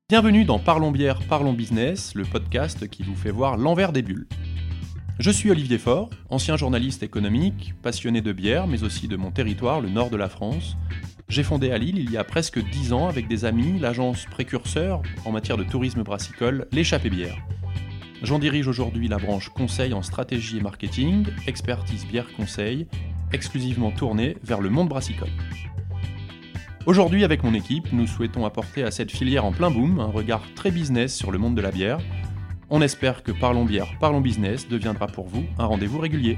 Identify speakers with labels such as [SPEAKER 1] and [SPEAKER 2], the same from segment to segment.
[SPEAKER 1] Bienvenue dans Parlons bière, parlons business, le podcast qui vous fait voir l'envers des bulles. Je suis Olivier Faure, ancien journaliste économique, passionné de bière, mais aussi de mon territoire, le nord de la France. J'ai fondé à Lille il y a presque 10 ans avec des amis l'agence précurseur en matière de tourisme brassicole, l'Échappée Bière. J'en dirige aujourd'hui la branche conseil en stratégie et marketing, expertise bière conseil, exclusivement tournée vers le monde brassicole. Aujourd'hui, avec mon équipe, nous souhaitons apporter à cette filière en plein boom un regard très business sur le monde de la bière. On espère que Parlons bière, parlons business deviendra pour vous un rendez-vous régulier.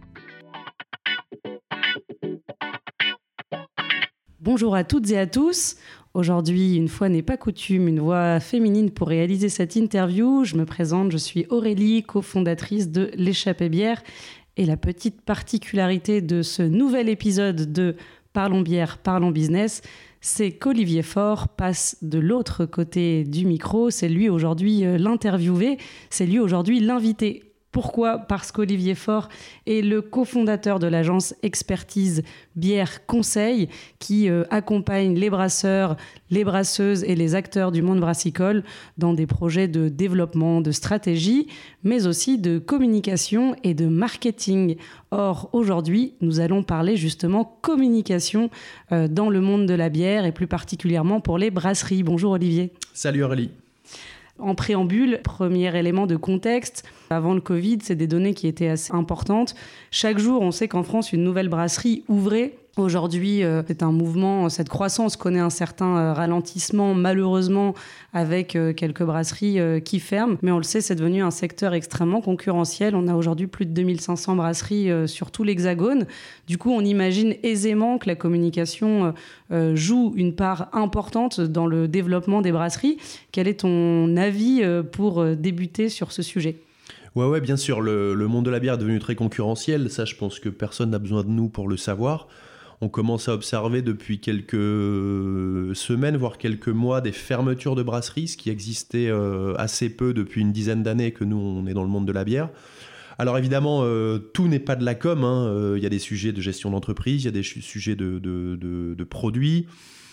[SPEAKER 2] Bonjour à toutes et à tous. Aujourd'hui, une fois n'est pas coutume, une voix féminine pour réaliser cette interview. Je me présente, je suis Aurélie, cofondatrice de l'Échappée Bière. Et la petite particularité de ce nouvel épisode de Parlons bière, parlons business, c'est qu'Olivier Faure passe de l'autre côté du micro. C'est lui aujourd'hui l'interviewé, c'est lui aujourd'hui l'invité. Pourquoi ? Parce qu'Olivier Faure est le cofondateur de l'agence Expertise Bière Conseil qui accompagne les brasseurs, les brasseuses et les acteurs du monde brassicole dans des projets de développement, de stratégie, mais aussi de communication et de marketing. Or, aujourd'hui, nous allons parler justement communication dans le monde de la bière et plus particulièrement pour les brasseries. Bonjour Olivier.
[SPEAKER 1] Salut Aurélie.
[SPEAKER 2] En préambule, premier élément de contexte, avant le Covid, c'est des données qui étaient assez importantes. Chaque jour, on sait qu'en France, une nouvelle brasserie ouvrait. Aujourd'hui, c'est un mouvement, cette croissance connaît un certain ralentissement, malheureusement, avec quelques brasseries qui ferment. Mais on le sait, c'est devenu un secteur extrêmement concurrentiel. On a aujourd'hui plus de 2500 brasseries sur tout l'Hexagone. Du coup, on imagine aisément que la communication joue une part importante dans le développement des brasseries. Quel est ton avis pour débuter sur ce sujet ?
[SPEAKER 3] Ouais, bien sûr, le monde de la bière est devenu très concurrentiel. Ça, je pense que personne n'a besoin de nous pour le savoir. On commence à observer depuis quelques semaines, voire quelques mois, des fermetures de brasseries, ce qui existait assez peu depuis une dizaine d'années que nous, on est dans le monde de la bière. Alors évidemment, tout n'est pas de la com. Il y a des sujets de gestion d'entreprise, il y a des sujets de produits.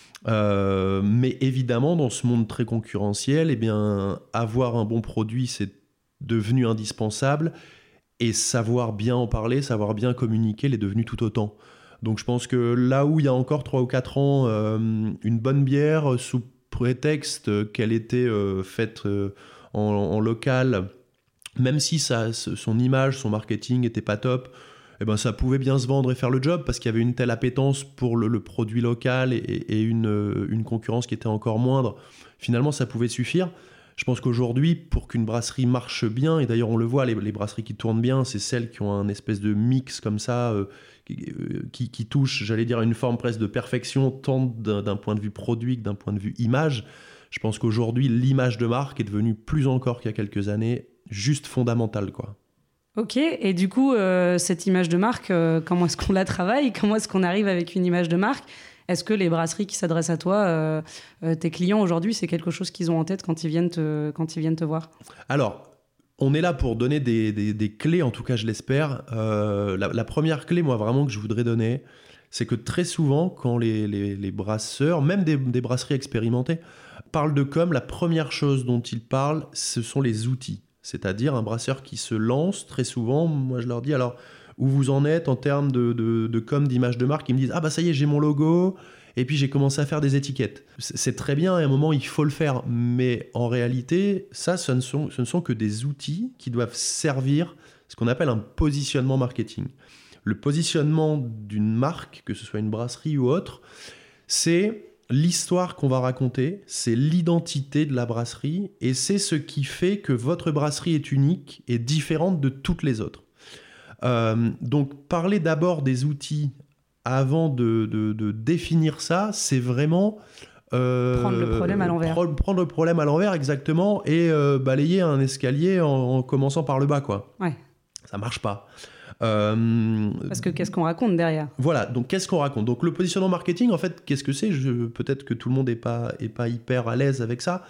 [SPEAKER 3] Mais évidemment, dans ce monde très concurrentiel, eh bien, avoir un bon produit, c'est devenu indispensable. Et savoir bien en parler, savoir bien communiquer, l'est devenu tout autant. Donc je pense que là où il y a encore 3 ou 4 ans, une bonne bière, sous prétexte qu'elle était faite en local, même si son image, son marketing n'était pas top, eh ben ça pouvait bien se vendre et faire le job parce qu'il y avait une telle appétence pour le produit local et une concurrence qui était encore moindre. Finalement, ça pouvait suffire. Je pense qu'aujourd'hui, pour qu'une brasserie marche bien, et d'ailleurs on le voit, les brasseries qui tournent bien, c'est celles qui ont un espèce de mix comme ça, qui touche, j'allais dire, à une forme presque de perfection, tant d'un point de vue produit que d'un point de vue image. Je pense qu'aujourd'hui, l'image de marque est devenue plus encore qu'il y a quelques années, juste fondamentale, quoi.
[SPEAKER 2] Ok, et du coup, cette image de marque, comment est-ce qu'on la travaille ? Comment est-ce qu'on arrive avec une image de marque ? Est-ce que les brasseries qui s'adressent à toi, tes clients aujourd'hui, c'est quelque chose qu'ils ont en tête quand ils viennent te voir ?
[SPEAKER 3] Alors, on est là pour donner des clés, en tout cas je l'espère. La première clé, moi vraiment, que je voudrais donner, c'est que très souvent, quand les brasseurs, même des brasseries expérimentées, parlent de com, la première chose dont ils parlent, ce sont les outils. C'est-à-dire un brasseur qui se lance, très souvent, moi je leur dis, alors, où vous en êtes en termes de com, d'image de marque, ils me disent « Ah bah ça y est, j'ai mon logo !» Et puis j'ai commencé à faire des étiquettes. C'est très bien, à un moment il faut le faire, mais en réalité, ça, ce ne sont que des outils qui doivent servir ce qu'on appelle un positionnement marketing. Le positionnement d'une marque, que ce soit une brasserie ou autre, c'est l'histoire qu'on va raconter, c'est l'identité de la brasserie, et c'est ce qui fait que votre brasserie est unique et différente de toutes les autres. Donc parler d'abord des outils avant de définir ça, c'est vraiment
[SPEAKER 2] prendre le problème à l'envers.
[SPEAKER 3] Prendre le problème à l'envers, exactement, et balayer un escalier en commençant par le bas, quoi.
[SPEAKER 2] Ouais.
[SPEAKER 3] Ça marche pas.
[SPEAKER 2] Parce que qu'est-ce qu'on raconte derrière ?
[SPEAKER 3] Voilà, donc qu'est-ce qu'on raconte ? Donc le positionnement marketing, en fait, qu'est-ce que c'est ? Peut-être que tout le monde n'est pas hyper à l'aise avec ça.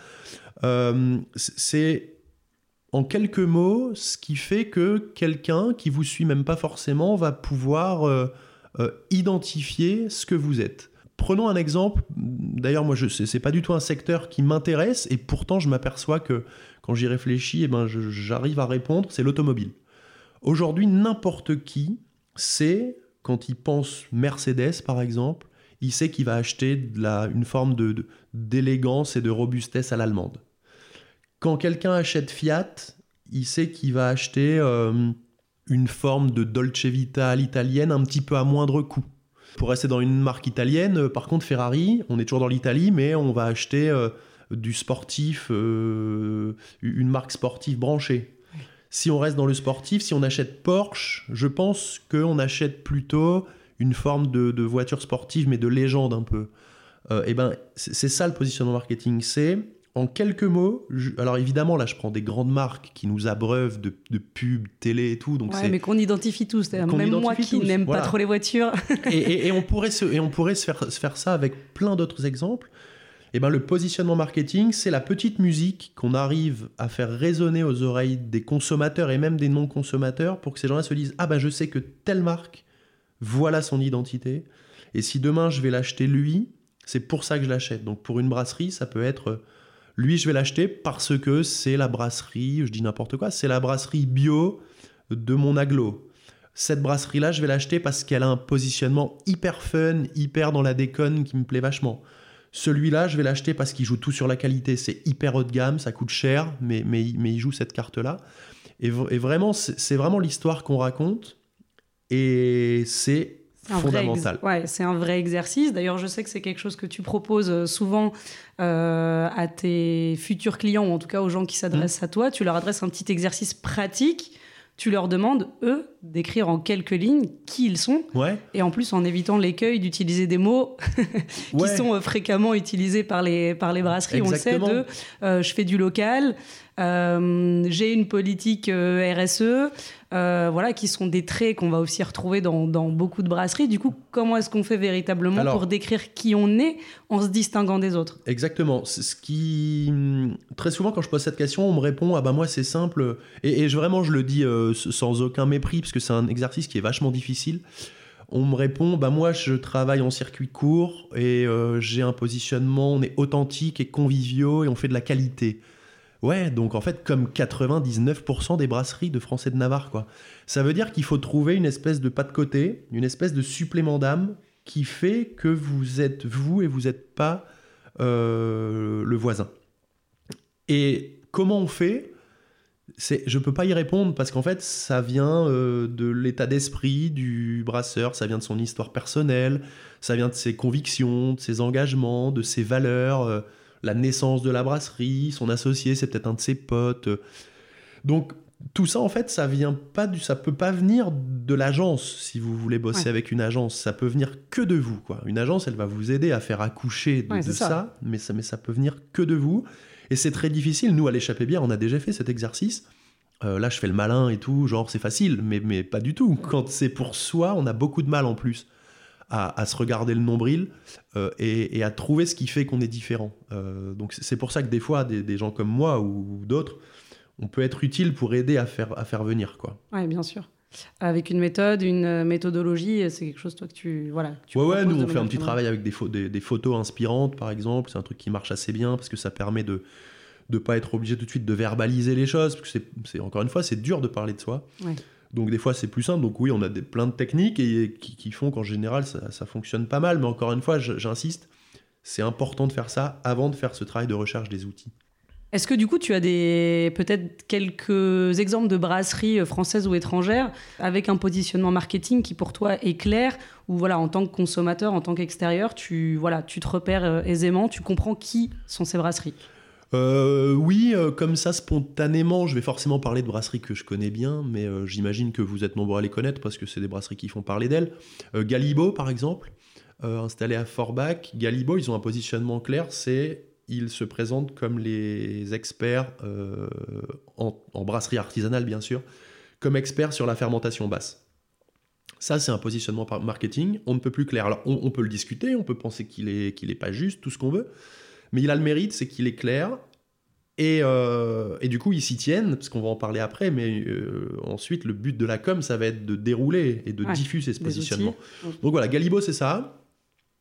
[SPEAKER 3] C'est en quelques mots ce qui fait que quelqu'un qui vous suit même pas forcément va pouvoir identifier ce que vous êtes. Prenons un exemple. D'ailleurs, moi, c'est pas du tout un secteur qui m'intéresse, et pourtant, je m'aperçois que quand j'y réfléchis, j'arrive à répondre. C'est l'automobile. Aujourd'hui, n'importe qui sait, quand il pense Mercedes, par exemple, il sait qu'il va acheter une forme d'élégance et de robustesse à l'allemande. Quand quelqu'un achète Fiat, il sait qu'il va acheter une forme de Dolce Vita à l'italienne, un petit peu à moindre coût. Pour rester dans une marque italienne, par contre, Ferrari, on est toujours dans l'Italie, mais on va acheter du sportif, une marque sportive branchée. Si on reste dans le sportif, si on achète Porsche, je pense qu'on achète plutôt une forme de voiture sportive, mais de légende un peu. C'est ça le positionnement marketing. C'est, en quelques mots, alors évidemment, là, je prends des grandes marques qui nous abreuvent de pubs, télé et tout. Donc
[SPEAKER 2] mais qu'on identifie tous. Même moi qui n'aime pas trop les voitures.
[SPEAKER 3] et on pourrait se faire ça avec plein d'autres exemples. Le positionnement marketing, c'est la petite musique qu'on arrive à faire résonner aux oreilles des consommateurs et même des non-consommateurs pour que ces gens-là se disent « Ah je sais que telle marque, voilà son identité. Et si demain je vais l'acheter lui, c'est pour ça que je l'achète. » Donc pour une brasserie, ça peut être « Lui, je vais l'acheter parce que c'est la brasserie, je dis n'importe quoi, c'est la brasserie bio de mon agglo. Cette brasserie-là, je vais l'acheter parce qu'elle a un positionnement hyper fun, hyper dans la déconne qui me plaît vachement. Celui-là, je vais l'acheter parce qu'il joue tout sur la qualité. C'est hyper haut de gamme, ça coûte cher, mais il joue cette carte-là. Et vraiment, c'est vraiment l'histoire qu'on raconte. Et c'est fondamental.
[SPEAKER 2] C'est un vrai exercice. D'ailleurs, je sais que c'est quelque chose que tu proposes souvent à tes futurs clients, ou en tout cas aux gens qui s'adressent à toi. Tu leur adresses un petit exercice pratique. Tu leur demandes, eux, d'écrire en quelques lignes qui ils sont. Ouais. Et en plus, en évitant l'écueil d'utiliser des mots qui sont fréquemment utilisés par les brasseries. Exactement. On le sait, je fais du local, j'ai une politique RSE, qui sont des traits qu'on va aussi retrouver dans beaucoup de brasseries. Du coup, comment est-ce qu'on fait véritablement pour décrire qui on est en se distinguant des autres ?
[SPEAKER 3] Exactement. Très souvent, quand je pose cette question, on me répond « Ah moi, c'est simple. » Et vraiment, je le dis sans aucun mépris, parce que c'est un exercice qui est vachement difficile. On me répond « Moi, je travaille en circuit court et j'ai un positionnement, on est authentique et conviviaux et on fait de la qualité. » Ouais, donc en fait, comme 99% des brasseries de France et de Navarre, quoi. Ça veut dire qu'il faut trouver une espèce de pas de côté, une espèce de supplément d'âme qui fait que vous êtes vous et vous n'êtes pas le voisin. Et comment on fait ? Je ne peux pas y répondre parce qu'en fait, ça vient de l'état d'esprit du brasseur, ça vient de son histoire personnelle, ça vient de ses convictions, de ses engagements, de ses valeurs... la naissance de la brasserie, son associé, c'est peut-être un de ses potes. Donc, tout ça, en fait, ça peut pas venir de l'agence, si vous voulez bosser avec une agence. Ça peut venir que de vous, quoi. Une agence, elle va vous aider à faire accoucher de ça, mais ça peut venir que de vous. Et c'est très difficile. Nous, à l'Échappée Bière, on a déjà fait cet exercice. Là, je fais le malin et tout, genre, c'est facile, mais pas du tout. Quand c'est pour soi, on a beaucoup de mal, en plus. À se regarder le nombril et à trouver ce qui fait qu'on est différent. Donc c'est pour ça que des fois, des gens comme moi ou d'autres, on peut être utile pour aider à faire venir, quoi.
[SPEAKER 2] Oui, bien sûr. Avec une méthode, une méthodologie, c'est quelque chose, toi, que tu
[SPEAKER 3] Ouais, nous, on fait un petit travail avec des photos inspirantes, par exemple. C'est un truc qui marche assez bien parce que ça permet de ne pas être obligé tout de suite de verbaliser les choses. Parce que encore une fois, c'est dur de parler de soi. Ouais. Donc des fois c'est plus simple, donc oui on a plein de techniques qui font qu'en général ça fonctionne pas mal, mais encore une fois j'insiste, c'est important de faire ça avant de faire ce travail de recherche des outils.
[SPEAKER 2] Est-ce que du coup tu as peut-être quelques exemples de brasseries françaises ou étrangères avec un positionnement marketing qui pour toi est clair, ou en tant que consommateur, en tant qu'extérieur, tu te repères aisément, tu comprends qui sont ces brasseries ?
[SPEAKER 3] Oui, comme ça, spontanément, je vais forcément parler de brasseries que je connais bien, mais j'imagine que vous êtes nombreux à les connaître parce que c'est des brasseries qui font parler d'elles. Galibo, par exemple, installé à Forbach. Galibo, ils ont un positionnement clair, ils se présentent comme les experts, en brasserie artisanale, bien sûr, comme experts sur la fermentation basse. Ça, c'est un positionnement marketing, on ne peut plus clair. Alors, on peut le discuter, on peut penser qu'il est pas juste, tout ce qu'on veut, mais il a le mérite, c'est qu'il est clair, et du coup, ils s'y tiennent, parce qu'on va en parler après, mais ensuite, le but de la com, ça va être de dérouler et de diffuser ce positionnement. Donc voilà, Galibo, c'est ça.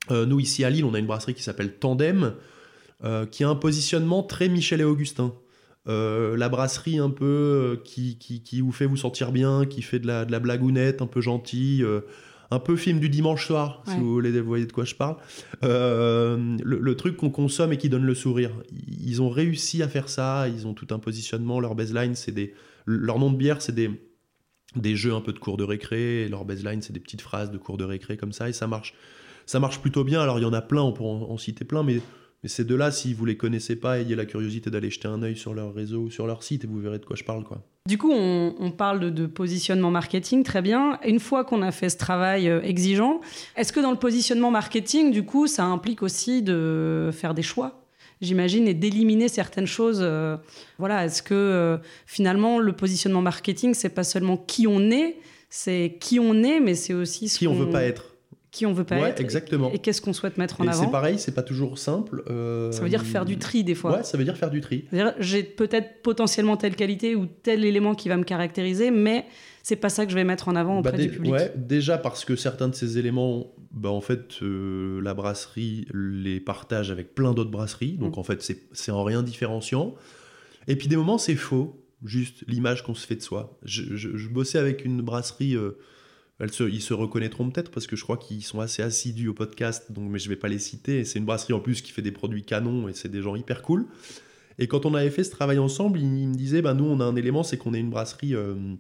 [SPEAKER 3] Nous, ici à Lille, on a une brasserie qui s'appelle Tandem, qui a un positionnement très Michel et Augustin. La brasserie un peu qui vous fait vous sentir bien, qui fait de la blagounette, un peu gentille, un peu film du dimanche soir, si vous voyez de quoi je parle. Le truc qu'on consomme et qui donne le sourire. Ils ont réussi à faire ça, ils ont tout un positionnement, leur baseline, leur nom de bière, c'est des jeux un peu de cours de récré, et leur baseline, c'est des petites phrases de cours de récré comme ça, et ça marche plutôt bien. Alors il y en a plein, on pourrait en citer plein, mais ces deux-là, si vous les connaissez pas, ayez la curiosité d'aller jeter un œil sur leur réseau ou sur leur site et vous verrez de quoi je parle, quoi.
[SPEAKER 2] Du coup, on parle de positionnement marketing, très bien. Une fois qu'on a fait ce travail exigeant, est-ce que dans le positionnement marketing, du coup, ça implique aussi de faire des choix, j'imagine, et d'éliminer certaines choses voilà, est-ce que finalement, le positionnement marketing, c'est pas seulement qui on est, mais c'est aussi
[SPEAKER 3] qui on veut pas être.
[SPEAKER 2] Qui on veut pas être,
[SPEAKER 3] exactement.
[SPEAKER 2] Et qu'est-ce qu'on souhaite mettre en avant.
[SPEAKER 3] C'est pareil, c'est pas toujours simple.
[SPEAKER 2] Ça veut dire faire du tri des fois.
[SPEAKER 3] Ouais, ça veut dire faire du tri.
[SPEAKER 2] C'est-à-dire, j'ai peut-être potentiellement telle qualité ou tel élément qui va me caractériser, mais c'est pas ça que je vais mettre en avant auprès du public.
[SPEAKER 3] Ouais, déjà parce que certains de ces éléments, en fait, la brasserie les partage avec plein d'autres brasseries, donc en fait, c'est en rien différenciant. Et puis des moments, c'est faux, juste l'image qu'on se fait de soi. Je bossais avec une brasserie... ils se reconnaîtront peut-être parce que je crois qu'ils sont assez assidus au podcast, mais je ne vais pas les citer. Et c'est une brasserie en plus qui fait des produits canons et c'est des gens hyper cool. Et quand on avait fait ce travail ensemble, ils me disaient nous, on a un élément, c'est qu'on est une brasserie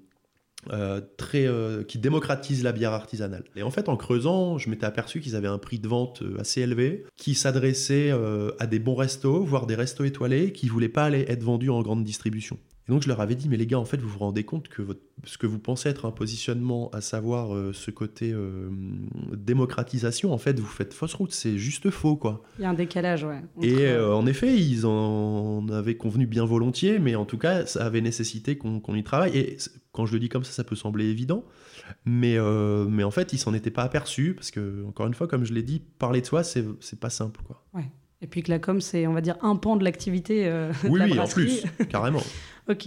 [SPEAKER 3] qui démocratise la bière artisanale. Et en fait, en creusant, je m'étais aperçu qu'ils avaient un prix de vente assez élevé, qui s'adressait à des bons restos, voire des restos étoilés, qui ne voulaient pas aller être vendus en grande distribution. Et donc je leur avais dit, mais les gars, en fait, vous vous rendez compte que ce que vous pensez être un positionnement, à savoir ce côté démocratisation, en fait, vous faites fausse route, c'est juste faux, quoi.
[SPEAKER 2] Il y a un décalage, ouais.
[SPEAKER 3] Et en effet, ils en avaient convenu bien volontiers, mais en tout cas, ça avait nécessité qu'on y travaille. Et quand je le dis comme ça peut sembler évident, mais en fait, ils s'en étaient pas aperçus, parce que, encore une fois, comme je l'ai dit, parler de soi, c'est pas simple, quoi.
[SPEAKER 2] Ouais. Et puis que la com, c'est, on va dire, un pan de l'activité de la
[SPEAKER 3] brasserie. Oui, en plus, carrément.
[SPEAKER 2] Ok.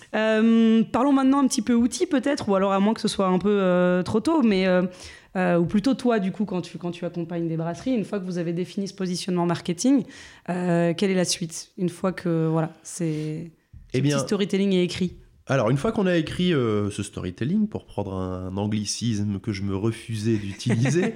[SPEAKER 2] Parlons maintenant un petit peu outils, peut-être, ou alors à moins que ce soit un peu trop tôt, mais ou plutôt toi, du coup, quand tu accompagnes des brasseries, une fois que vous avez défini ce positionnement marketing, quelle est la suite ? Une fois que ce petit storytelling est écrit.
[SPEAKER 3] Alors, une fois qu'on a écrit ce storytelling, pour prendre un anglicisme que je me refusais d'utiliser,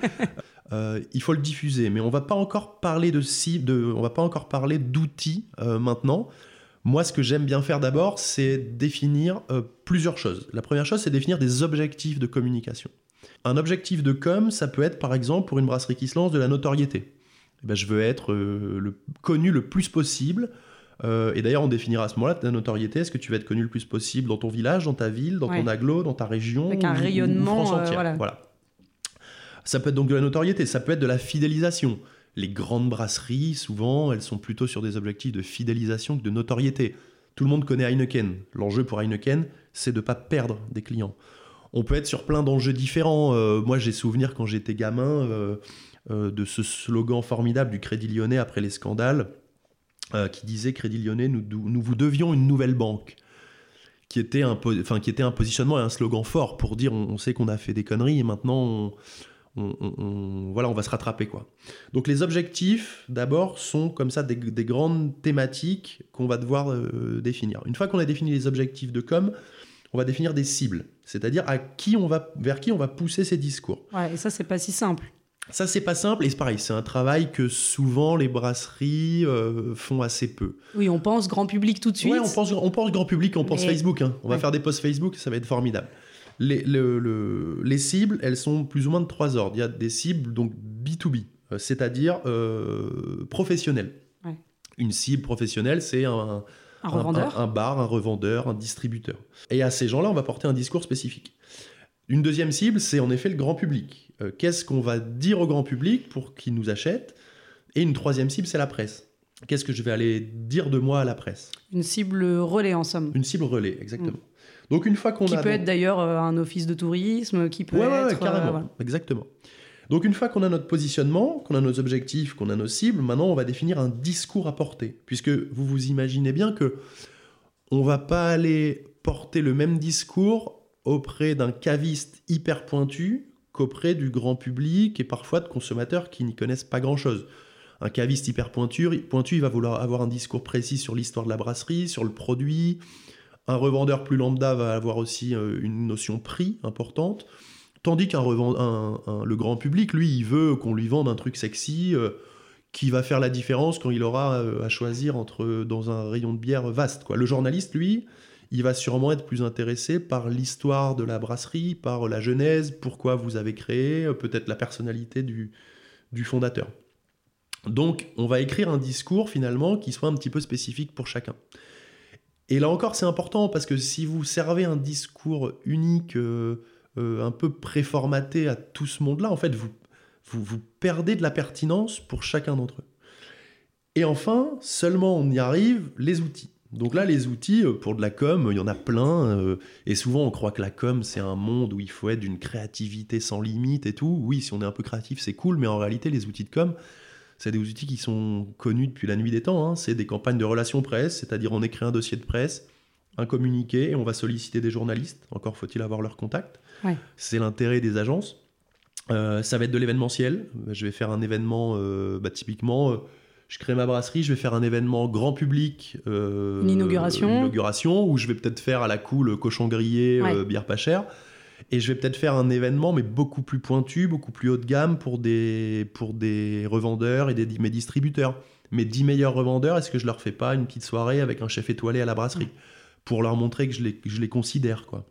[SPEAKER 3] il faut le diffuser. Mais on ne va pas encore parler on va pas encore parler d'outils maintenant. Moi, ce que j'aime bien faire d'abord, c'est définir plusieurs choses. La première chose, c'est définir des objectifs de communication. Un objectif de com, ça peut être, par exemple, pour une brasserie qui se lance, de la notoriété. Je veux être connu le plus possible. Et d'ailleurs, on définira à ce moment-là la notoriété. Est-ce que tu veux être connu le plus possible dans ton village, dans ta ville, dans ton agglo, dans ta région,
[SPEAKER 2] avec un rayonnement,
[SPEAKER 3] ou France entière. Voilà. Ça peut être donc de la notoriété, ça peut être de la fidélisation. Les grandes brasseries, souvent, elles sont plutôt sur des objectifs de fidélisation que de notoriété. Tout le monde connaît Heineken. L'enjeu pour Heineken, c'est de ne pas perdre des clients. On peut être sur plein d'enjeux différents. Moi, j'ai souvenir quand j'étais gamin de ce slogan formidable du Crédit Lyonnais après les scandales, qui disait « Crédit Lyonnais, nous vous devions une nouvelle banque », qui était un positionnement et un slogan fort pour dire on sait qu'on a fait des conneries et maintenant on va se rattraper, quoi. Donc les objectifs d'abord sont comme ça des grandes thématiques qu'on va devoir définir. Une fois qu'on a défini les objectifs de com, on va définir des cibles, c'est-à-dire vers qui on va pousser ces discours.
[SPEAKER 2] Ouais, et ça c'est pas si simple.
[SPEAKER 3] Ça, c'est pas simple, et c'est pareil, c'est un travail que souvent les brasseries font assez peu.
[SPEAKER 2] Oui, on pense grand public tout de suite.
[SPEAKER 3] Ouais, on pense grand public, on pense Facebook. On va faire des posts Facebook, ça va être formidable. Les cibles, elles sont plus ou moins de 3 ordres. Il y a des cibles donc B2B, c'est-à-dire professionnelles. Ouais. Une cible professionnelle, c'est un
[SPEAKER 2] revendeur,
[SPEAKER 3] un bar, un revendeur, un distributeur. Et à ces gens-là, on va porter un discours spécifique. Une deuxième cible, c'est en effet le grand public. Qu'est-ce qu'on va dire au grand public pour qu'il nous achète ? Et une troisième cible, c'est la presse. Qu'est-ce que je vais aller dire de moi à la presse ?
[SPEAKER 2] Une cible relais, en somme.
[SPEAKER 3] Une cible relais, exactement. Donc une fois qu'on
[SPEAKER 2] qui peut être d'ailleurs un office de tourisme, qui peut être...
[SPEAKER 3] Ouais, carrément, exactement. Donc une fois qu'on a notre positionnement, qu'on a nos objectifs, qu'on a nos cibles, maintenant on va définir un discours à porter. Puisque vous imaginez bien que on va pas aller porter le même discours auprès d'un caviste hyper pointu qu'auprès du grand public et parfois de consommateurs qui n'y connaissent pas grand-chose. Un caviste hyper pointu, il va vouloir avoir un discours précis sur l'histoire de la brasserie, sur le produit. Un revendeur plus lambda va avoir aussi une notion prix importante. Tandis le grand public, lui, il veut qu'on lui vende un truc sexy qui va faire la différence quand il aura à choisir dans un rayon de bière vaste, quoi. Le journaliste, lui, il va sûrement être plus intéressé par l'histoire de la brasserie, par la genèse, pourquoi vous avez créé, peut-être la personnalité du fondateur. Donc, on va écrire un discours, finalement, qui soit un petit peu spécifique pour chacun. Et là encore, c'est important, parce que si vous servez un discours unique, un peu préformaté à tout ce monde-là, en fait, vous perdez de la pertinence pour chacun d'entre eux. Et enfin, seulement on y arrive, les outils. Donc là, les outils, pour de la com, il y en a plein. Et souvent, on croit que la com, c'est un monde où il faut être d'une créativité sans limite et tout. Oui, si on est un peu créatif, c'est cool, mais en réalité, les outils de com, c'est des outils qui sont connus depuis la nuit des temps. Hein. C'est des campagnes de relations presse, c'est-à-dire on écrit un dossier de presse, un communiqué, et on va solliciter des journalistes. Encore faut-il avoir leur contact. Ouais. C'est l'intérêt des agences. Ça va être de l'événementiel. Je vais faire un événement, typiquement, je crée ma brasserie, je vais faire un événement grand public.
[SPEAKER 2] Une inauguration.
[SPEAKER 3] Où je vais peut-être faire à la cool cochon grillé, bière pas chère. Et je vais peut-être faire un événement, mais beaucoup plus pointu, beaucoup plus haut de gamme pour des revendeurs et mes distributeurs. Mes 10 meilleurs revendeurs, est-ce que je leur fais pas une petite soirée avec un chef étoilé à la brasserie pour leur montrer que je les considère, quoi.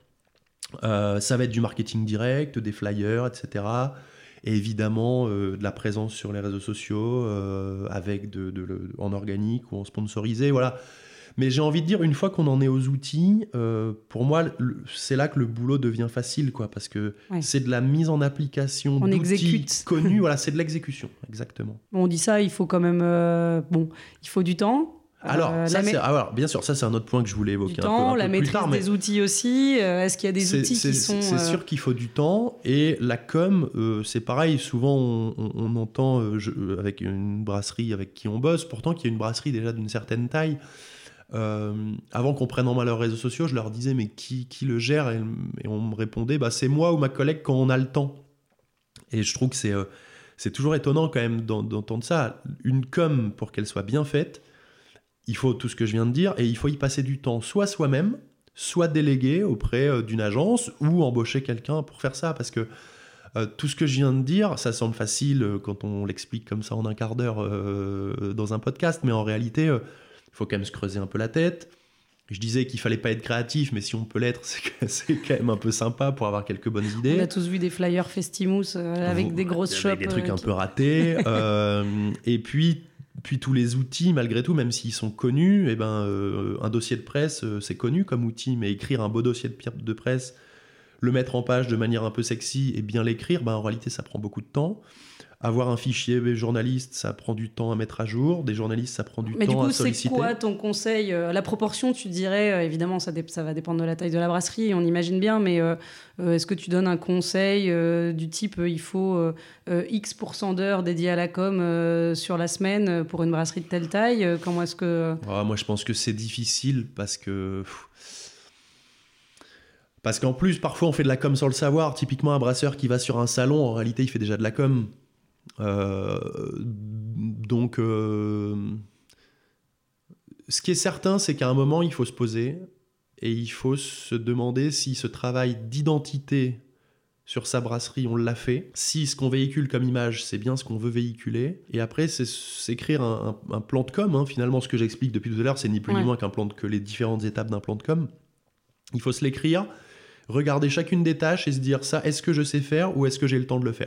[SPEAKER 3] Ça va être du marketing direct, des flyers, etc. Et évidemment, de la présence sur les réseaux sociaux, avec en organique ou en sponsorisé, voilà. Mais j'ai envie de dire, une fois qu'on en est aux outils, pour moi, c'est là que le boulot devient facile, quoi, parce que c'est de la mise en application d'outils connus. Voilà, c'est de l'exécution, exactement.
[SPEAKER 2] On dit ça, il faut quand même... il faut du temps.
[SPEAKER 3] Alors, bien sûr, ça c'est un autre point que je voulais évoquer
[SPEAKER 2] un peu la maîtrise plus tard, des outils aussi. Est-ce qu'il y a des outils qui sont...
[SPEAKER 3] C'est sûr qu'il faut du temps. Et la com, c'est pareil. Souvent, on entend avec une brasserie avec qui on bosse, pourtant qu'il y a une brasserie déjà d'une certaine taille. Avant qu'on prenne en main leurs réseaux sociaux, je leur disais mais qui le gère, et on me répondait c'est moi ou ma collègue quand on a le temps. Et je trouve que c'est toujours étonnant quand même d'entendre ça. Une com, pour qu'elle soit bien faite, il faut tout ce que je viens de dire, et il faut y passer du temps, soit soi-même, soit déléguer auprès d'une agence ou embaucher quelqu'un pour faire ça, parce que tout ce que je viens de dire, ça semble facile quand on l'explique comme ça en un quart d'heure dans un podcast, mais en réalité, il faut quand même se creuser un peu la tête. Je disais qu'il fallait pas être créatif, mais si on peut l'être, c'est quand même un peu sympa pour avoir quelques bonnes idées.
[SPEAKER 2] On a tous vu des flyers Festimous avec des grosses shops.
[SPEAKER 3] Avec des trucs un peu ratés. Et puis tous les outils, malgré tout, même s'ils sont connus, un dossier de presse, c'est connu comme outil, mais écrire un beau dossier de presse, le mettre en page de manière un peu sexy et bien l'écrire, en réalité, ça prend beaucoup de temps. Avoir un fichier journaliste, ça prend du temps à mettre à jour. Des journalistes, ça prend du temps à solliciter. Mais du coup, c'est quoi
[SPEAKER 2] ton conseil ? La proportion, tu dirais, évidemment, ça va dépendre de la taille de la brasserie, on imagine bien, mais est-ce que tu donnes un conseil du type il faut X% d'heures dédiées à la com sur la semaine pour une brasserie de telle taille ? Comment est-ce que...
[SPEAKER 3] Moi, je pense que c'est difficile parce qu'en plus, parfois, on fait de la com sans le savoir. Typiquement, un brasseur qui va sur un salon, en réalité, il fait déjà de la com. Ce qui est certain, c'est qu'à un moment, il faut se poser et il faut se demander si ce travail d'identité sur sa brasserie, on l'a fait, si ce qu'on véhicule comme image, c'est bien ce qu'on veut véhiculer. Et après, c'est s'écrire un plan de com. Finalement, ce que j'explique depuis tout à l'heure, c'est ni plus ni moins que les différentes étapes d'un plan de com. Il faut se l'écrire, regarder chacune des tâches et se dire ça, est-ce que je sais faire ou est-ce que j'ai le temps de le faire ?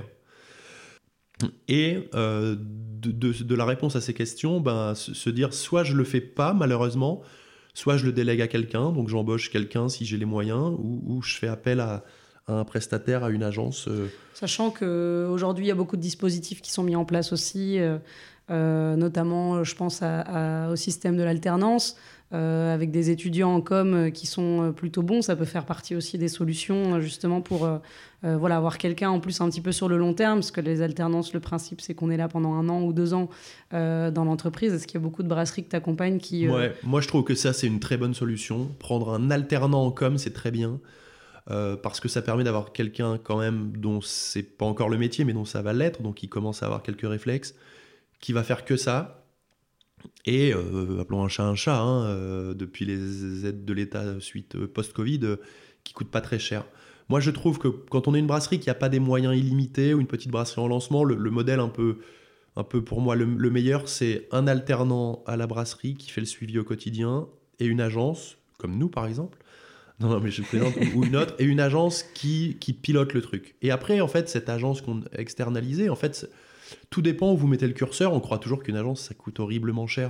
[SPEAKER 3] Et de la réponse à ces questions, se dire soit je le fais pas malheureusement, soit je le délègue à quelqu'un, donc j'embauche quelqu'un si j'ai les moyens, ou je fais appel à un prestataire, à une agence.
[SPEAKER 2] Sachant qu'aujourd'hui il y a beaucoup de dispositifs qui sont mis en place aussi, notamment je pense au système de l'alternance, avec des étudiants en com qui sont plutôt bons, ça peut faire partie aussi des solutions justement pour avoir quelqu'un en plus un petit peu sur le long terme, parce que les alternances, le principe c'est qu'on est là pendant 1 an ou 2 ans dans l'entreprise. Est-ce qu'il y a beaucoup de brasseries que tu accompagnes qui...
[SPEAKER 3] Ouais, moi je trouve que ça c'est une très bonne solution. Prendre un alternant en com, c'est très bien. parce que ça permet d'avoir quelqu'un quand même dont c'est pas encore le métier, mais dont ça va l'être, donc il commence à avoir quelques réflexes, qui va faire que ça. Et appelons un chat, hein, depuis les aides de l'État suite post-Covid, qui coûtent pas très cher. Moi, je trouve que quand on est une brasserie qui n'a pas des moyens illimités ou une petite brasserie en lancement, le modèle un peu pour moi le meilleur, c'est un alternant à la brasserie qui fait le suivi au quotidien et une agence, comme nous par exemple, non mais je plaisante, ou une autre, et une agence qui pilote le truc. Et après, en fait, cette agence qu'on a externalisée, en fait, tout dépend où vous mettez le curseur. On croit toujours qu'une agence, ça coûte horriblement cher.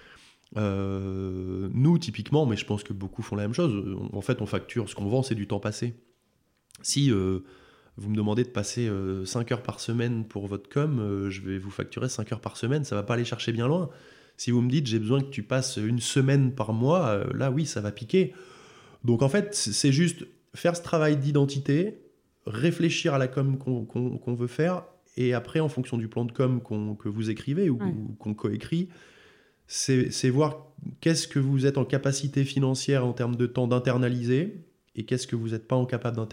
[SPEAKER 3] Nous, typiquement, mais je pense que beaucoup font la même chose, en fait, on facture, ce qu'on vend, c'est du temps passé. Si vous me demandez de passer 5 heures par semaine pour votre com, je vais vous facturer 5 heures par semaine, ça va pas aller chercher bien loin. Si vous me dites j'ai besoin que tu passes une semaine par mois, là oui, ça va piquer. Donc en fait, c'est juste faire ce travail d'identité, réfléchir à la com qu'on veut faire, et après, en fonction du plan de com que vous écrivez ou qu'on coécrit, c'est voir qu'est-ce que vous êtes en capacité financière en termes de temps d'internaliser, et qu'est-ce que vous n'êtes pas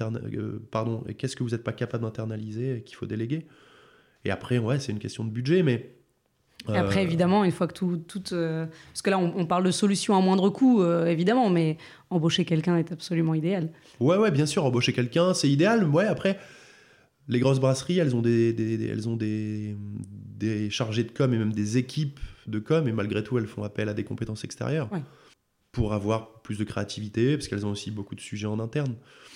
[SPEAKER 3] capable d'internaliser et qu'il faut déléguer. Et après, c'est une question de budget, mais...
[SPEAKER 2] Et après, évidemment, une fois que parce que là, on parle de solutions à moindre coût, évidemment, mais embaucher quelqu'un est absolument idéal.
[SPEAKER 3] Ouais, bien sûr, embaucher quelqu'un, c'est idéal. Ouais, après, les grosses brasseries, elles ont des chargés de com et même des équipes de com, et malgré tout, elles font appel à des compétences extérieures. Ouais. Pour avoir plus de créativité, parce qu'elles ont aussi beaucoup de sujets en interne.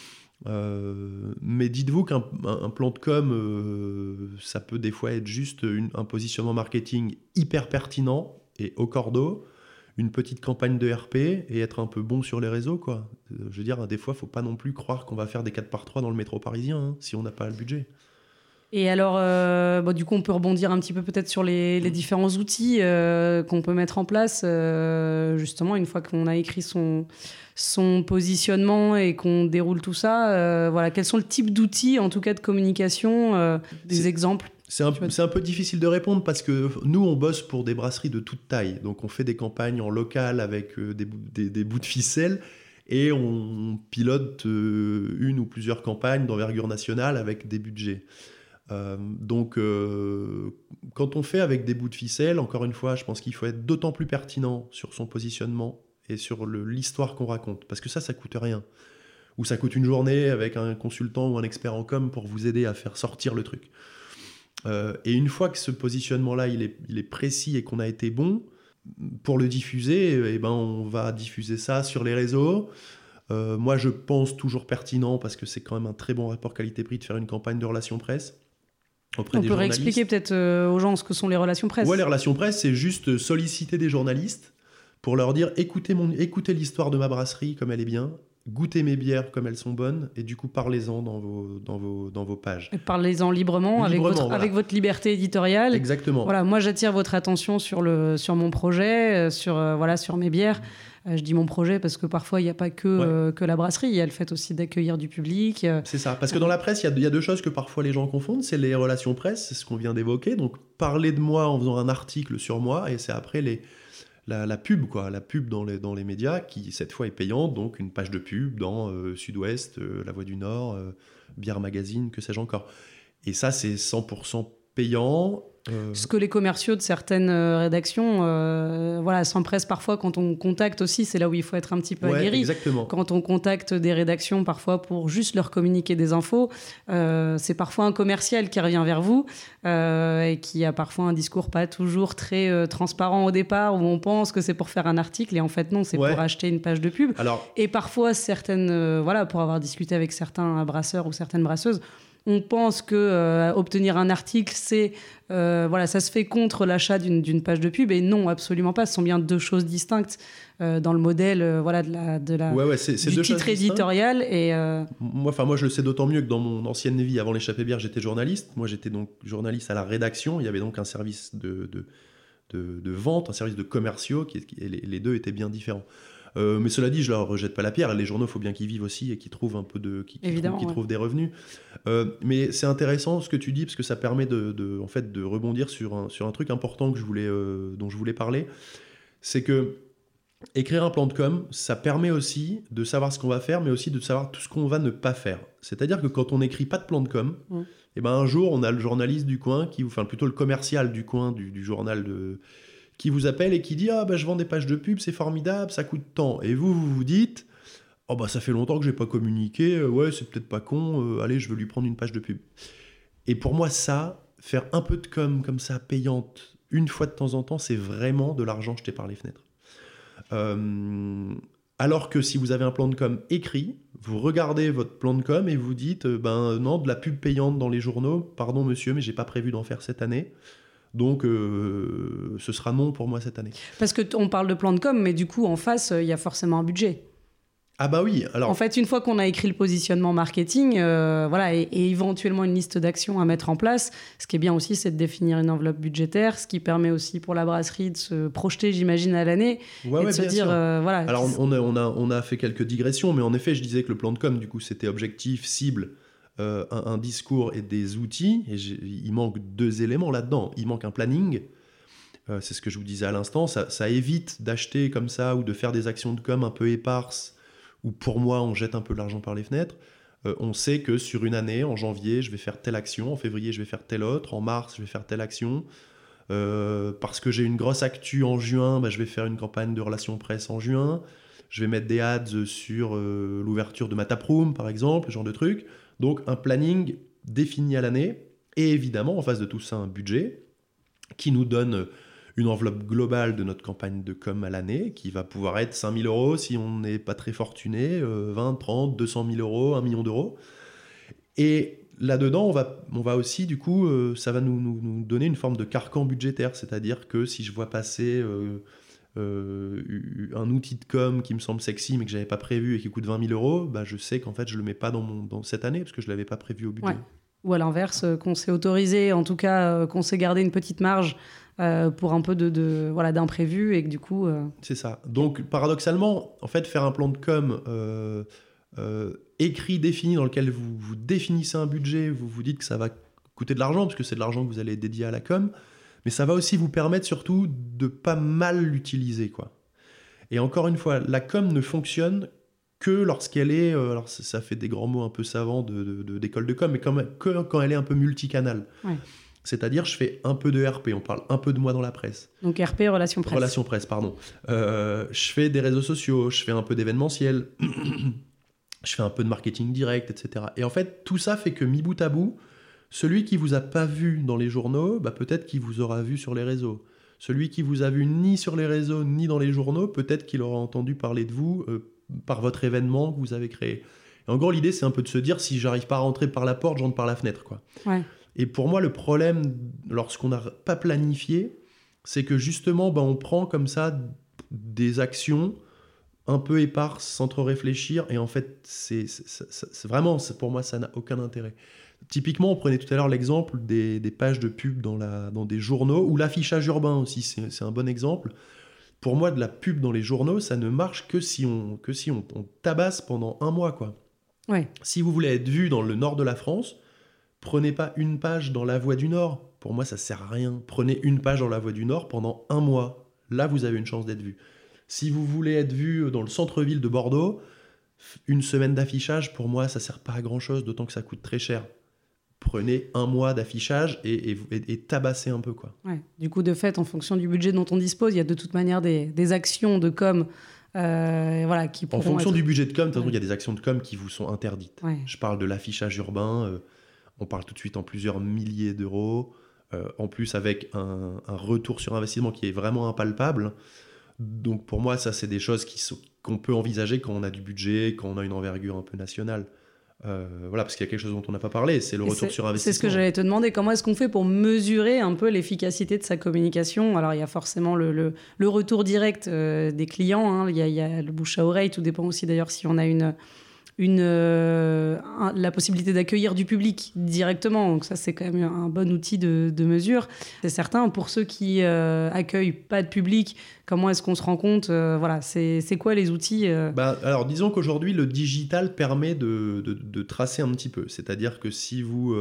[SPEAKER 3] Mais dites-vous qu'un plan de com, ça peut des fois être juste un positionnement marketing hyper pertinent et au cordeau, une petite campagne de RP et être un peu bon sur les réseaux, quoi. Je veux dire, des fois, il ne faut pas non plus croire qu'on va faire des 4x3 dans le métro parisien, hein, si on n'a pas le budget.
[SPEAKER 2] Et alors, du coup, on peut rebondir un petit peu peut-être sur les différents outils qu'on peut mettre en place, justement, une fois qu'on a écrit son positionnement et qu'on déroule tout ça. Quels sont le type d'outils, en tout cas de communication, des exemples?
[SPEAKER 3] C'est un peu difficile de répondre parce que nous, on bosse pour des brasseries de toute taille. Donc, on fait des campagnes en local avec des bouts de ficelle. Et on pilote une ou plusieurs campagnes d'envergure nationale avec des budgets. Quand on fait avec des bouts de ficelle, encore une fois, je pense qu'il faut être d'autant plus pertinent sur son positionnement et sur l'histoire qu'on raconte. Parce que ça coûte rien. Ou ça coûte une journée avec un consultant ou un expert en com pour vous aider à faire sortir le truc. Et une fois que ce positionnement-là, il est précis et qu'on a été bon, pour le diffuser, on va diffuser ça sur les réseaux. Moi, je pense toujours pertinent, parce que c'est quand même un très bon rapport qualité-prix, de faire une campagne de relations presse auprès des journalistes. On peut
[SPEAKER 2] réexpliquer peut-être aux gens ce que sont les relations presse.
[SPEAKER 3] Ouais, les relations presse, c'est juste solliciter des journalistes pour leur dire écoutez l'histoire de ma brasserie comme elle est bien, goûtez mes bières comme elles sont bonnes, et du coup parlez-en dans vos pages. Et
[SPEAKER 2] parlez-en librement avec votre liberté éditoriale.
[SPEAKER 3] Exactement.
[SPEAKER 2] Voilà, moi j'attire votre attention sur mon projet, sur mes bières. Je dis mon projet parce que parfois il n'y a pas que la brasserie, il y a le fait aussi d'accueillir du public. C'est
[SPEAKER 3] ça, parce que dans la presse, il y a deux choses que parfois les gens confondent, c'est les relations presse, c'est ce qu'on vient d'évoquer, donc parler de moi en faisant un article sur moi, et c'est après la pub, quoi, la pub dans les médias qui cette fois est payante, donc une page de pub dans Sud-Ouest, La Voix du Nord, Bière Magazine, que sais-je encore. Et ça, c'est 100% payant.
[SPEAKER 2] Ce que les commerciaux de certaines rédactions s'empressent parfois quand on contacte aussi, c'est là où il faut être un petit peu aguerri.
[SPEAKER 3] Exactement.
[SPEAKER 2] Quand on contacte des rédactions parfois pour juste leur communiquer des infos, c'est parfois un commercial qui revient vers vous et qui a parfois un discours pas toujours très transparent au départ, où on pense que c'est pour faire un article et en fait non, c'est pour acheter une page de pub. Et parfois certaines, pour avoir discuté avec certains brasseurs ou certaines brasseuses, on pense que obtenir un article, ça se fait contre l'achat d'une page de pub, et non, absolument pas. Ce sont bien deux choses distinctes dans le modèle du titre éditorial. Et
[SPEAKER 3] moi, je le sais d'autant mieux que dans mon ancienne vie, avant l'Échappée Bière, j'étais journaliste. Moi, j'étais donc journaliste à la rédaction. Il y avait donc un service de vente, un service de commerciaux, et les deux étaient bien différents. Mais cela dit, je leur rejette pas la pierre. Les journaux, il faut bien qu'ils vivent aussi et qu'ils trouvent un peu trouvent des revenus. Mais c'est intéressant ce que tu dis, parce que ça permet de rebondir sur un truc important dont je voulais parler. C'est que écrire un plan de com, ça permet aussi de savoir ce qu'on va faire, mais aussi de savoir tout ce qu'on va ne pas faire. C'est-à-dire que quand on n'écrit pas de plan de com, et ben un jour, on a le journaliste du coin, enfin plutôt le commercial du coin du journal qui vous appelle et qui dit « Ah, je vends des pages de pub, c'est formidable, ça coûte tant. » Et vous vous dites « Oh, ça fait longtemps que j'ai pas communiqué, ouais, c'est peut-être pas con, allez, je veux lui prendre une page de pub. » Et pour moi, ça, faire un peu de com comme ça, payante, une fois de temps en temps, c'est vraiment de l'argent jeté par les fenêtres. Alors que si vous avez un plan de com écrit, vous regardez votre plan de com et vous dites non, de la pub payante dans les journaux, pardon monsieur, mais j'ai pas prévu d'en faire cette année. Donc ce sera non pour moi cette année.
[SPEAKER 2] Parce qu'on parle de plan de com, mais du coup en face, il y a forcément un budget.
[SPEAKER 3] Ah bah oui, alors...
[SPEAKER 2] En fait, une fois qu'on a écrit le positionnement marketing, et éventuellement une liste d'actions à mettre en place, ce qui est bien aussi, c'est de définir une enveloppe budgétaire, ce qui permet aussi pour la brasserie de se projeter, j'imagine, à l'année, et de se dire...
[SPEAKER 3] Alors, on a fait quelques digressions, mais en effet, je disais que le plan de com, du coup, c'était objectif, cible, un discours et des outils, et il manque 2 éléments là-dedans. Il manque un planning, c'est ce que je vous disais à l'instant, ça évite d'acheter comme ça, ou de faire des actions de com un peu éparses, où pour moi, on jette un peu l'argent par les fenêtres. On sait que sur une année, en janvier, je vais faire telle action, en février, je vais faire telle autre, en mars, je vais faire telle action. Parce que j'ai une grosse actu en juin, je vais faire une campagne de relations presse en juin. Je vais mettre des ads sur l'ouverture de ma taproom, par exemple, ce genre de truc. Donc, un planning défini à l'année. Et évidemment, en face de tout ça, un budget qui nous donne... une enveloppe globale de notre campagne de com à l'année qui va pouvoir être 5 000 € si on n'est pas très fortuné, 20, 30, 200 000 €, 1 million d'euros. Et là-dedans, on va aussi, du coup, ça va nous donner une forme de carcan budgétaire. C'est-à-dire que si je vois passer un outil de com qui me semble sexy mais que je n'avais pas prévu et qui coûte 20 000 €, je sais qu'en fait, je ne le mets pas dans cette année parce que je ne l'avais pas prévu au budget.
[SPEAKER 2] Ouais. Ou à l'inverse, qu'on s'est autorisé, en tout cas, qu'on s'est gardé une petite marge pour un peu d'imprévu et que du coup...
[SPEAKER 3] C'est ça. Donc, paradoxalement, en fait, faire un plan de com écrit, défini, dans lequel vous définissez un budget, vous vous dites que ça va coûter de l'argent, parce que c'est de l'argent que vous allez dédier à la com, mais ça va aussi vous permettre surtout de pas mal l'utiliser, quoi. Et encore une fois, la com ne fonctionne que lorsqu'elle est... alors, ça fait des grands mots un peu savants d'école de com, mais quand elle est un peu multicanal. Ouais. C'est-à-dire, je fais un peu de RP, on parle un peu de moi dans la presse.
[SPEAKER 2] Donc RP, relations presse.
[SPEAKER 3] Relations presse, pardon. Je fais des réseaux sociaux, je fais un peu d'événementiel, je fais un peu de marketing direct, etc. Et en fait, tout ça fait que, mis bout à bout, celui qui vous a pas vu dans les journaux, peut-être qu'il vous aura vu sur les réseaux. Celui qui vous a vu ni sur les réseaux, ni dans les journaux, peut-être qu'il aura entendu parler de vous par votre événement que vous avez créé. Et en gros, l'idée, c'est un peu de se dire, si j'arrive pas à rentrer par la porte, j'entre par la fenêtre, quoi.
[SPEAKER 2] Ouais.
[SPEAKER 3] Et pour moi, le problème, lorsqu'on n'a pas planifié, c'est que justement, on prend comme ça des actions un peu éparses, sans trop réfléchir, et en fait, c'est vraiment, pour moi, ça n'a aucun intérêt. Typiquement, on prenait tout à l'heure l'exemple des pages de pub dans des journaux, ou l'affichage urbain aussi, c'est un bon exemple. Pour moi, de la pub dans les journaux, ça ne marche que si on tabasse pendant 1 mois, quoi.
[SPEAKER 2] Ouais.
[SPEAKER 3] Si vous voulez être vu dans le nord de la France, prenez pas une page dans La Voix du Nord. Pour moi, ça sert à rien. Prenez une page dans La Voix du Nord pendant 1 mois. Là, vous avez une chance d'être vu. Si vous voulez être vu dans le centre-ville de Bordeaux, une semaine d'affichage, pour moi, ça sert pas à grand-chose, d'autant que ça coûte très cher. Prenez 1 mois d'affichage et tabassez un peu, quoi.
[SPEAKER 2] Ouais. Du coup, de fait, en fonction du budget dont on dispose, il y a de toute manière des actions de com qui pourront
[SPEAKER 3] en fonction du budget de com, de toute façon, il y a des actions de com qui vous sont interdites.
[SPEAKER 2] Ouais.
[SPEAKER 3] Je parle de l'affichage urbain... on parle tout de suite en plusieurs milliers d'euros, en plus avec un retour sur investissement qui est vraiment impalpable. Donc pour moi, ça, c'est des choses qu'on peut envisager quand on a du budget, quand on a une envergure un peu nationale. Parce qu'il y a quelque chose dont on n'a pas parlé, c'est le retour sur investissement.
[SPEAKER 2] C'est ce que j'allais te demander, comment est-ce qu'on fait pour mesurer un peu l'efficacité de sa communication ? Alors il y a forcément le retour direct des clients, hein. Il y a le bouche à oreille, tout dépend aussi d'ailleurs si on a une la possibilité d'accueillir du public directement. Donc ça, c'est quand même un bon outil de mesure. C'est certain, pour ceux qui accueillent pas de public, comment est-ce qu'on se rend compte voilà, c'est quoi les outils
[SPEAKER 3] Alors, disons qu'aujourd'hui, le digital permet de tracer un petit peu. C'est-à-dire que si vous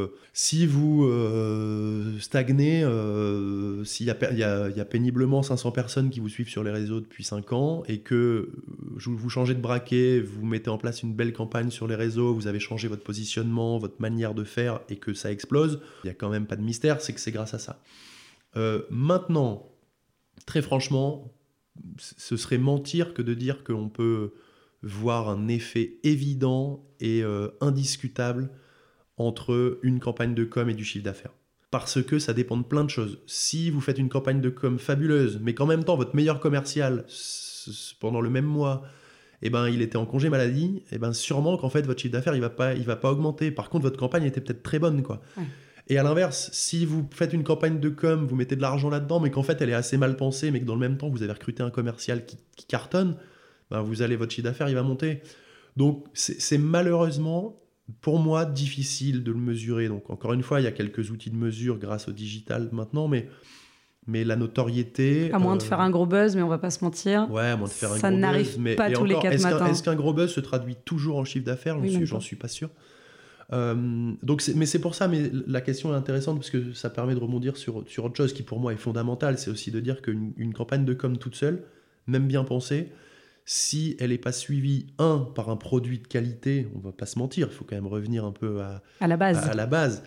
[SPEAKER 3] stagnez, s'il y a péniblement 500 personnes qui vous suivent sur les réseaux depuis 5 ans et que vous changez de braquet, vous mettez en place une belle campagne sur les réseaux, vous avez changé votre positionnement, votre manière de faire et que ça explose, il n'y a quand même pas de mystère, c'est que c'est grâce à ça. Maintenant, très franchement, ce serait mentir que de dire qu'on peut voir un effet évident et indiscutable entre une campagne de com et du chiffre d'affaires. Parce que ça dépend de plein de choses. Si vous faites une campagne de com fabuleuse, mais qu'en même temps votre meilleur commercial, pendant le même mois, il était en congé maladie, sûrement qu'en fait votre chiffre d'affaires il va pas augmenter. Par contre, votre campagne était peut-être très bonne, quoi. Ouais. Et à l'inverse, si vous faites une campagne de com, vous mettez de l'argent là-dedans, mais qu'en fait elle est assez mal pensée, mais que dans le même temps vous avez recruté un commercial qui cartonne, votre chiffre d'affaires il va monter. Donc c'est malheureusement pour moi difficile de le mesurer. Donc encore une fois, il y a quelques outils de mesure grâce au digital maintenant, mais la notoriété...
[SPEAKER 2] À moins de faire un gros buzz, mais on va pas se mentir.
[SPEAKER 3] Ouais, à moins de faire un
[SPEAKER 2] ça
[SPEAKER 3] gros buzz.
[SPEAKER 2] Ça n'arrive pas tous les 4 matins.
[SPEAKER 3] Est-ce qu'un gros buzz se traduit toujours en chiffre d'affaires ? J'en suis pas sûr. Mais c'est pour ça, mais la question est intéressante parce que ça permet de rebondir sur autre chose qui pour moi est fondamentale. C'est aussi de dire qu'une campagne de com toute seule, même bien pensée, si elle n'est pas suivie, par un produit de qualité, on ne va pas se mentir, il faut quand même revenir un peu
[SPEAKER 2] à la base.
[SPEAKER 3] À la base.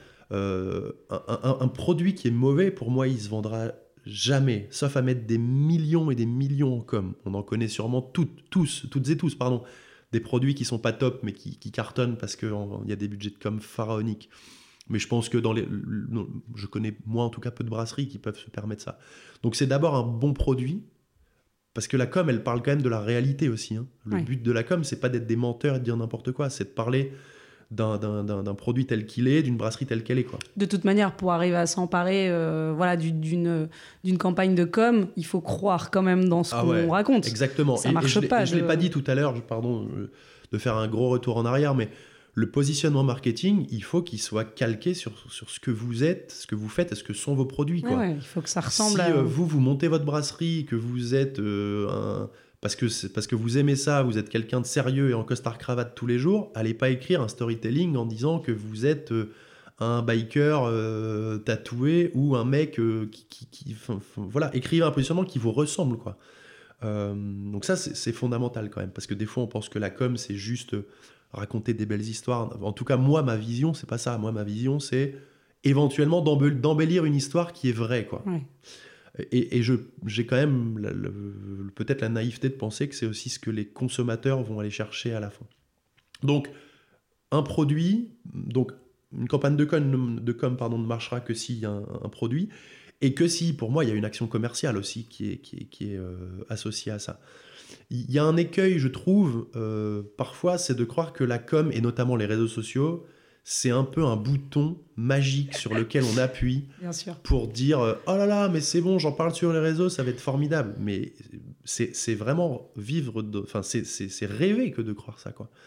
[SPEAKER 3] Un produit qui est mauvais, pour moi, il ne se vendra jamais, sauf à mettre des millions et des millions en com. On en connaît sûrement toutes et tous, des produits qui ne sont pas top, mais qui cartonnent parce qu'il y a des budgets de com pharaoniques. Mais je pense que je connais, moi en tout cas, peu de brasseries qui peuvent se permettre ça. Donc c'est d'abord un bon produit, parce que la com, elle parle quand même de la réalité aussi. Hein. Le but de la com, c'est pas d'être des menteurs et de dire n'importe quoi, c'est de parler d'un produit tel qu'il est, d'une brasserie telle qu'elle est, quoi.
[SPEAKER 2] De toute manière, pour arriver à s'emparer d'une campagne de com, il faut croire quand même dans ce qu'on raconte.
[SPEAKER 3] Exactement.
[SPEAKER 2] Ça marche pas.
[SPEAKER 3] Je l'ai pas dit tout à l'heure, de faire un gros retour en arrière, mais le positionnement marketing, il faut qu'il soit calqué sur ce que vous êtes, ce que vous faites et ce que sont vos produits, quoi.
[SPEAKER 2] Ouais, il faut que ça ressemble
[SPEAKER 3] à... vous montez votre brasserie, que vous êtes parce que vous aimez ça, vous êtes quelqu'un de sérieux et en costard-cravate tous les jours, allez pas écrire un storytelling en disant que vous êtes un biker tatoué ou un mec voilà, écrivez un positionnement qui vous ressemble, quoi. Donc ça, c'est fondamental quand même, parce que des fois, on pense que la com, c'est juste raconter des belles histoires. En tout cas, moi, ma vision, c'est pas ça. Moi, ma vision, c'est éventuellement d'embellir une histoire qui est vraie, quoi. Ouais. Et j'ai quand même peut-être la naïveté de penser que c'est aussi ce que les consommateurs vont aller chercher à la fin. Donc, un produit, une campagne de com ne marchera que s'il y a un produit, et que si, pour moi, il y a une action commerciale aussi qui est associée à ça. Il y a un écueil, je trouve, parfois, c'est de croire que la com, et notamment les réseaux sociaux, c'est un peu un bouton magique sur lequel on appuie pour dire « Oh là là, mais c'est bon, j'en parle sur les réseaux, ça va être formidable ». Mais c'est vraiment c'est rêver que de croire ça, quoi.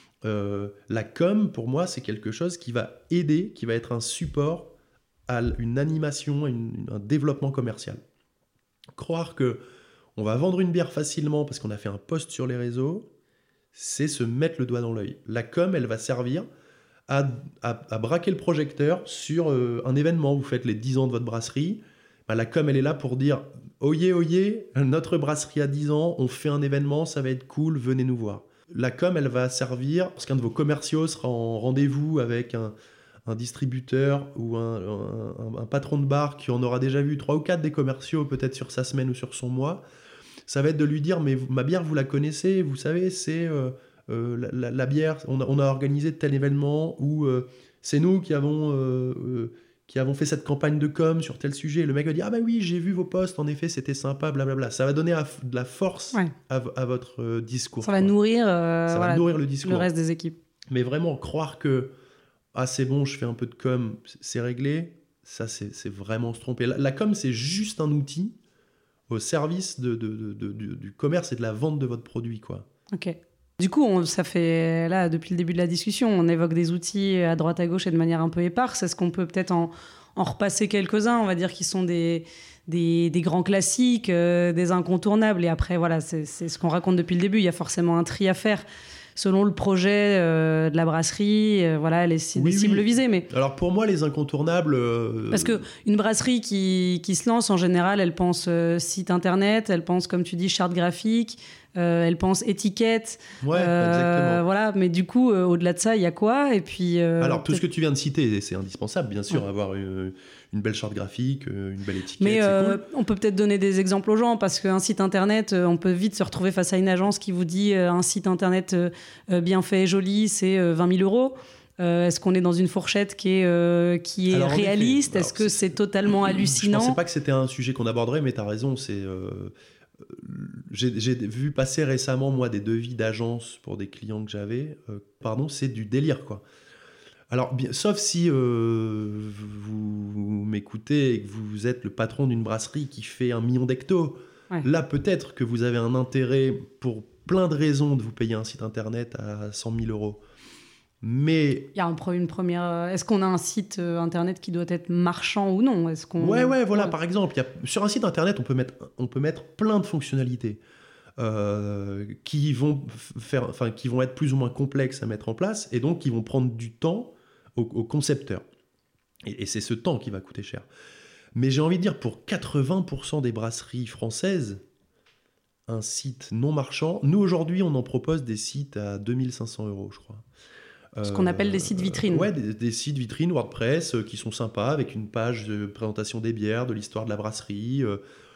[SPEAKER 3] La com, pour moi, c'est quelque chose qui va aider, qui va être un support à une animation, un développement commercial. Croire qu'on va vendre une bière facilement parce qu'on a fait un post sur les réseaux, c'est se mettre le doigt dans l'œil. La com, elle va servir à braquer le projecteur sur un événement. Vous faites les 10 ans de votre brasserie, la com, elle est là pour dire « Oyez, notre brasserie a 10 ans, on fait un événement, ça va être cool, venez nous voir ». La com, elle va servir parce qu'un de vos commerciaux sera en rendez-vous avec un distributeur ou un patron de bar qui en aura déjà vu 3 ou 4 des commerciaux, peut-être sur sa semaine ou sur son mois. Ça va être de lui dire « Mais ma bière, vous la connaissez, vous savez, c'est... la bière, on a organisé tel événement où c'est nous qui avons fait cette campagne de com sur tel sujet. » Le mec va dire « Ah bah oui, j'ai vu vos posts, en effet, c'était sympa, blablabla. » Ça va donner de la force à votre discours.
[SPEAKER 2] Ça va nourrir,
[SPEAKER 3] nourrir le discours.
[SPEAKER 2] Le reste des équipes.
[SPEAKER 3] Mais vraiment, croire que « Ah, c'est bon, je fais un peu de com, c'est réglé », ça, c'est vraiment se tromper. La com, c'est juste un outil au service du commerce et de la vente de votre produit, quoi.
[SPEAKER 2] Ok. Du coup, ça fait, là, depuis le début de la discussion, on évoque des outils à droite à gauche et de manière un peu éparse. Est-ce qu'on peut peut-être en repasser quelques-uns, on va dire, qui sont des grands classiques, des incontournables. Et après, voilà, c'est ce qu'on raconte depuis le début. Il y a forcément un tri à faire selon le projet de la brasserie, voilà, les cibles visées. Mais...
[SPEAKER 3] Alors pour moi, les incontournables...
[SPEAKER 2] Parce qu'une brasserie qui se lance, en général, elle pense site internet, elle pense, comme tu dis, charte graphique, elle pense étiquette.
[SPEAKER 3] Ouais, exactement.
[SPEAKER 2] Voilà, mais du coup, au-delà de ça, il y a quoi? Et puis,
[SPEAKER 3] alors, tout ce que tu viens de citer, c'est indispensable, bien sûr, avoir une belle charte graphique, une belle étiquette,
[SPEAKER 2] mais
[SPEAKER 3] c'est cool.
[SPEAKER 2] On peut peut-être donner des exemples aux gens, parce qu'un site internet, on peut vite se retrouver face à une agence qui vous dit un site internet bien fait et joli, c'est 20 000 euros. Est-ce qu'on est dans une fourchette qui est alors, réaliste? Est-ce que c'est totalement hallucinant?
[SPEAKER 3] Je pensais pas que c'était un sujet qu'on aborderait, mais tu as raison, j'ai vu passer récemment, moi, des devis d'agence pour des clients que j'avais. C'est du délire, quoi. Alors, sauf si vous m'écoutez et que vous êtes le patron d'une brasserie qui fait 1 million d'hectos. Ouais. Là, peut-être que vous avez un intérêt, pour plein de raisons, de vous payer un site internet à 100 000 euros. Mais...
[SPEAKER 2] Il y a une première... Est-ce qu'on a un site internet qui doit être marchand ou non? Est-ce qu'on...
[SPEAKER 3] Voilà, par exemple. Sur un site internet, on peut mettre plein de fonctionnalités qui vont être plus ou moins complexes à mettre en place et donc qui vont prendre du temps aux concepteurs. Et c'est ce temps qui va coûter cher. Mais j'ai envie de dire, pour 80% des brasseries françaises, un site non marchand, nous aujourd'hui, on en propose des sites à 2500 euros, je crois.
[SPEAKER 2] Ce qu'on appelle des sites vitrines.
[SPEAKER 3] Ouais, des sites vitrines WordPress qui sont sympas, avec une page de présentation des bières, de l'histoire de la brasserie,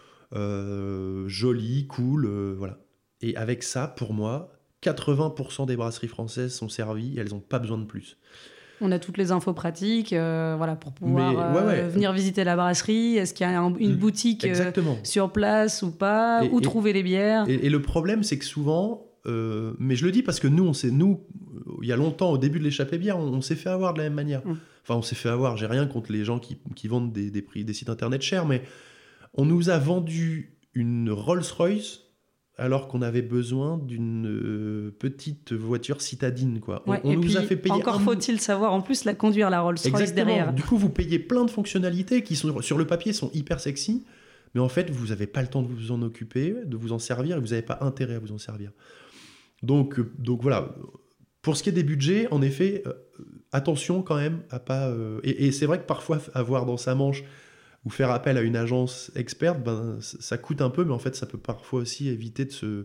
[SPEAKER 3] jolie, cool, voilà. Et avec ça, pour moi, 80% des brasseries françaises sont servies et elles n'ont pas besoin de plus.
[SPEAKER 2] On a toutes les infos pratiques pour pouvoir venir visiter la brasserie. Est-ce qu'il y a une boutique sur place ou pas? Où trouver les bières?
[SPEAKER 3] Et le problème, c'est que souvent... mais je le dis parce que nous, il y a longtemps, au début de l'échappée bière, on s'est fait avoir de la même manière. Enfin, on s'est fait avoir, j'ai rien contre les gens qui vendent des sites internet chers, mais on nous a vendu une Rolls-Royce alors qu'on avait besoin d'une petite voiture citadine, quoi. On nous a fait payer...
[SPEAKER 2] Encore faut-il savoir en plus la conduire, la Rolls-Royce derrière.
[SPEAKER 3] Du coup, vous payez plein de fonctionnalités qui, sur le papier, sont hyper sexy, mais en fait, vous n'avez pas le temps de vous en occuper, de vous en servir, et vous n'avez pas intérêt à vous en servir. Donc voilà. Pour ce qui est des budgets, en effet, attention quand même à pas... Et c'est vrai que parfois, avoir dans sa manche ou faire appel à une agence experte, ça coûte un peu, mais en fait, ça peut parfois aussi éviter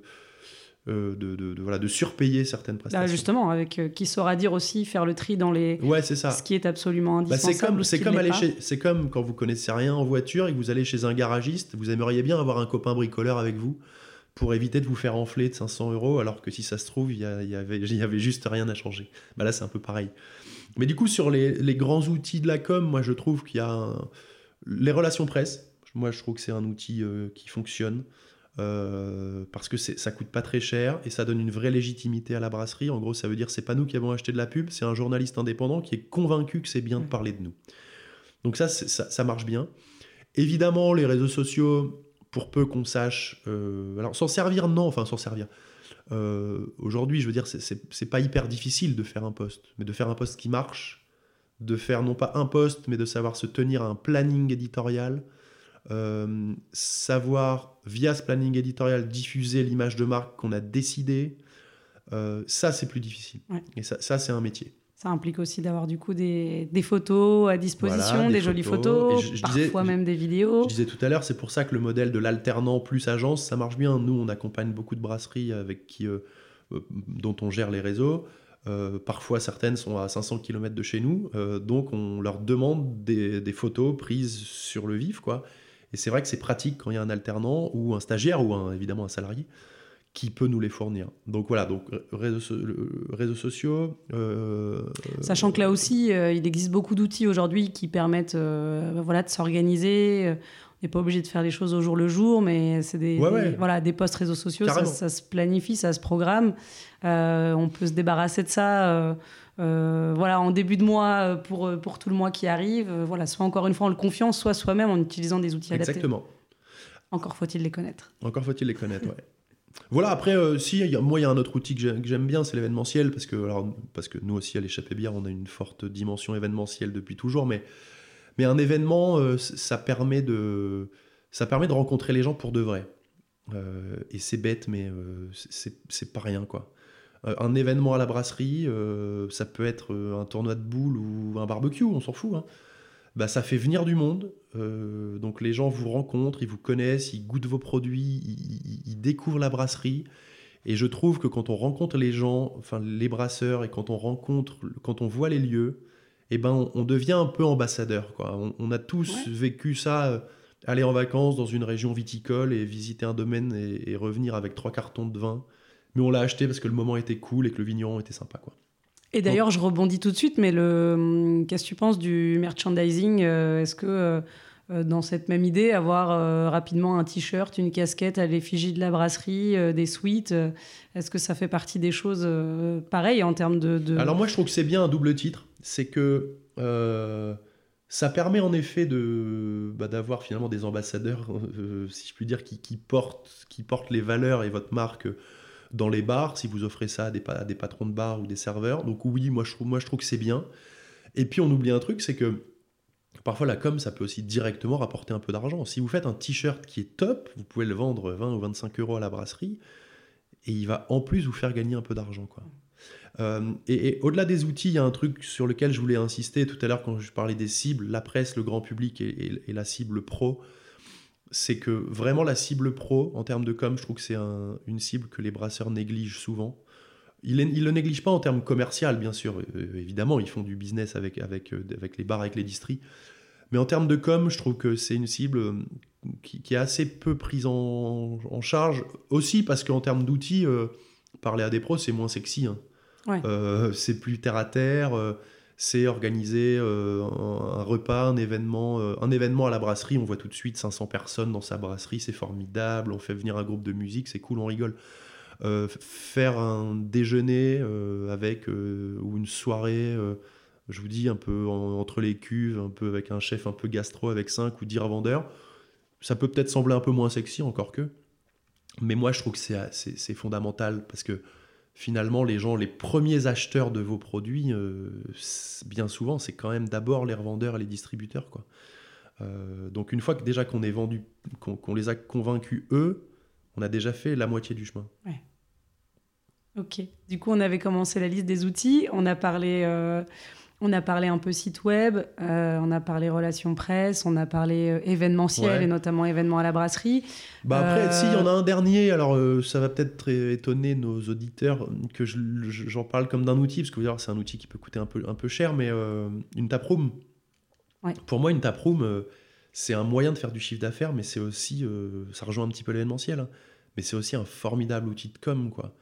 [SPEAKER 3] de surpayer certaines prestations.
[SPEAKER 2] Justement, qui saura dire aussi, faire le tri dans les...
[SPEAKER 3] Ouais, c'est ça.
[SPEAKER 2] Ce qui est absolument indispensable.
[SPEAKER 3] C'est comme quand vous connaissez rien en voiture et que vous allez chez un garagiste, vous aimeriez bien avoir un copain bricoleur avec vous pour éviter de vous faire enfler de 500 euros, alors que si ça se trouve, il y avait juste rien à changer. Là, c'est un peu pareil. Mais du coup, sur les grands outils de la com, moi, je trouve qu'il y a les relations presse. Moi, je trouve que c'est un outil qui fonctionne parce que ça coûte pas très cher et ça donne une vraie légitimité à la brasserie. En gros, ça veut dire c'est pas nous qui avons acheté de la pub, c'est un journaliste indépendant qui est convaincu que c'est bien de parler de nous. Donc ça marche bien. Évidemment, les réseaux sociaux... pour peu qu'on sache... alors, s'en servir. Aujourd'hui, je veux dire, c'est pas hyper difficile de faire un post, mais de faire un post qui marche, de faire non pas un post, mais de savoir se tenir à un planning éditorial, savoir, via ce planning éditorial, diffuser l'image de marque qu'on a décidé, ça, c'est plus difficile. Ouais. Et ça, c'est un métier.
[SPEAKER 2] Ça implique aussi d'avoir du coup des photos à disposition, des jolies photos, parfois même des vidéos.
[SPEAKER 3] Je disais tout à l'heure, c'est pour ça que le modèle de l'alternant plus agence, ça marche bien. Nous, on accompagne beaucoup de brasseries dont on gère les réseaux. Parfois, certaines sont à 500 km de chez nous. Donc, on leur demande des photos prises sur le vif, quoi. Et c'est vrai que c'est pratique quand il y a un alternant ou un stagiaire ou évidemment un salarié qui peut nous les fournir. Donc voilà, réseaux sociaux...
[SPEAKER 2] Sachant que là aussi, il existe beaucoup d'outils aujourd'hui qui permettent de s'organiser. On n'est pas obligé de faire les choses au jour le jour, mais c'est des posts réseaux sociaux, ça se planifie, ça se programme. On peut se débarrasser de ça en début de mois pour tout le mois qui arrive. Soit encore une fois en le confiant, soit soi-même en utilisant des outils adaptés.
[SPEAKER 3] Exactement.
[SPEAKER 2] Encore faut-il les connaître.
[SPEAKER 3] Ouais. Voilà, après, moi, il y a un autre outil que j'aime bien, c'est l'événementiel, parce que nous aussi, à l'Échappée Bière, on a une forte dimension événementielle depuis toujours, mais un événement, ça permet de rencontrer les gens pour de vrai. Et c'est bête, mais c'est pas rien, quoi. Un événement à la brasserie, ça peut être un tournoi de boules ou un barbecue, on s'en fout, hein. Bah, ça fait venir du monde, donc les gens vous rencontrent, ils vous connaissent, ils goûtent vos produits, ils découvrent la brasserie. Et je trouve que quand on rencontre les gens, enfin les brasseurs, et quand on voit les lieux, eh ben on devient un peu ambassadeur, quoi. On a tous vécu ça, aller en vacances dans une région viticole et visiter un domaine et revenir avec 3 cartons de vin. Mais on l'a acheté parce que le moment était cool et que le vigneron était sympa, quoi.
[SPEAKER 2] Et d'ailleurs, je rebondis tout de suite, mais qu'est-ce que tu penses du merchandising? Est-ce que dans cette même idée, avoir rapidement un t-shirt, une casquette à l'effigie de la brasserie, des suites, est-ce que ça fait partie des choses pareilles en termes de...
[SPEAKER 3] Alors moi, je trouve que c'est bien un double titre. C'est que ça permet en effet d'avoir finalement des ambassadeurs, si je puis dire, qui portent les valeurs et votre marque dans les bars, si vous offrez ça à des patrons de bar ou des serveurs. Donc oui, moi je trouve que c'est bien. Et puis on oublie un truc, c'est que parfois la com, ça peut aussi directement rapporter un peu d'argent. Si vous faites un t-shirt qui est top, vous pouvez le vendre 20 ou 25 euros à la brasserie, et il va en plus vous faire gagner un peu d'argent, quoi. Et au-delà des outils, il y a un truc sur lequel je voulais insister tout à l'heure quand je parlais des cibles, la presse, le grand public et la cible pro. C'est que vraiment la cible pro, en termes de com, je trouve que c'est une cible que les brasseurs négligent souvent. Ils le négligent pas en termes commercial, bien sûr. Évidemment, ils font du business avec les bars, avec les distris. Mais en termes de com, je trouve que c'est une cible qui est assez peu prise en charge. Aussi parce qu'en termes d'outils, parler à des pros, c'est moins sexy, hein.
[SPEAKER 2] Ouais.
[SPEAKER 3] C'est plus terre à terre. C'est organiser un repas, un événement à la brasserie. On voit tout de suite 500 personnes dans sa brasserie, c'est formidable. On fait venir un groupe de musique, c'est cool, on rigole. Faire un déjeuner ou une soirée, je vous dis, un peu entre les cuves, un peu avec un chef un peu gastro, avec 5 ou 10 revendeurs, ça peut peut-être sembler un peu moins sexy, encore que. Mais moi, je trouve que c'est fondamental, parce que finalement, les premiers acheteurs de vos produits, bien souvent, c'est quand même d'abord les revendeurs et les distributeurs, quoi. Donc une fois que déjà qu'on est vendu, qu'on les a convaincus eux, on a déjà fait la moitié du chemin.
[SPEAKER 2] Ouais. Ok. Du coup, on avait commencé la liste des outils. On a parlé un peu site web, on a parlé relations presse, on a parlé événementiel et notamment événements à la brasserie.
[SPEAKER 3] Après, il y en a un dernier, alors ça va peut-être étonner nos auditeurs que j'en parle comme d'un outil, parce que vous allez voir, c'est un outil qui peut coûter un peu cher, mais une taproom. Ouais. Pour moi, une taproom, c'est un moyen de faire du chiffre d'affaires, mais c'est aussi, ça rejoint un petit peu l'événementiel, hein, mais c'est aussi un formidable outil de com, quoi.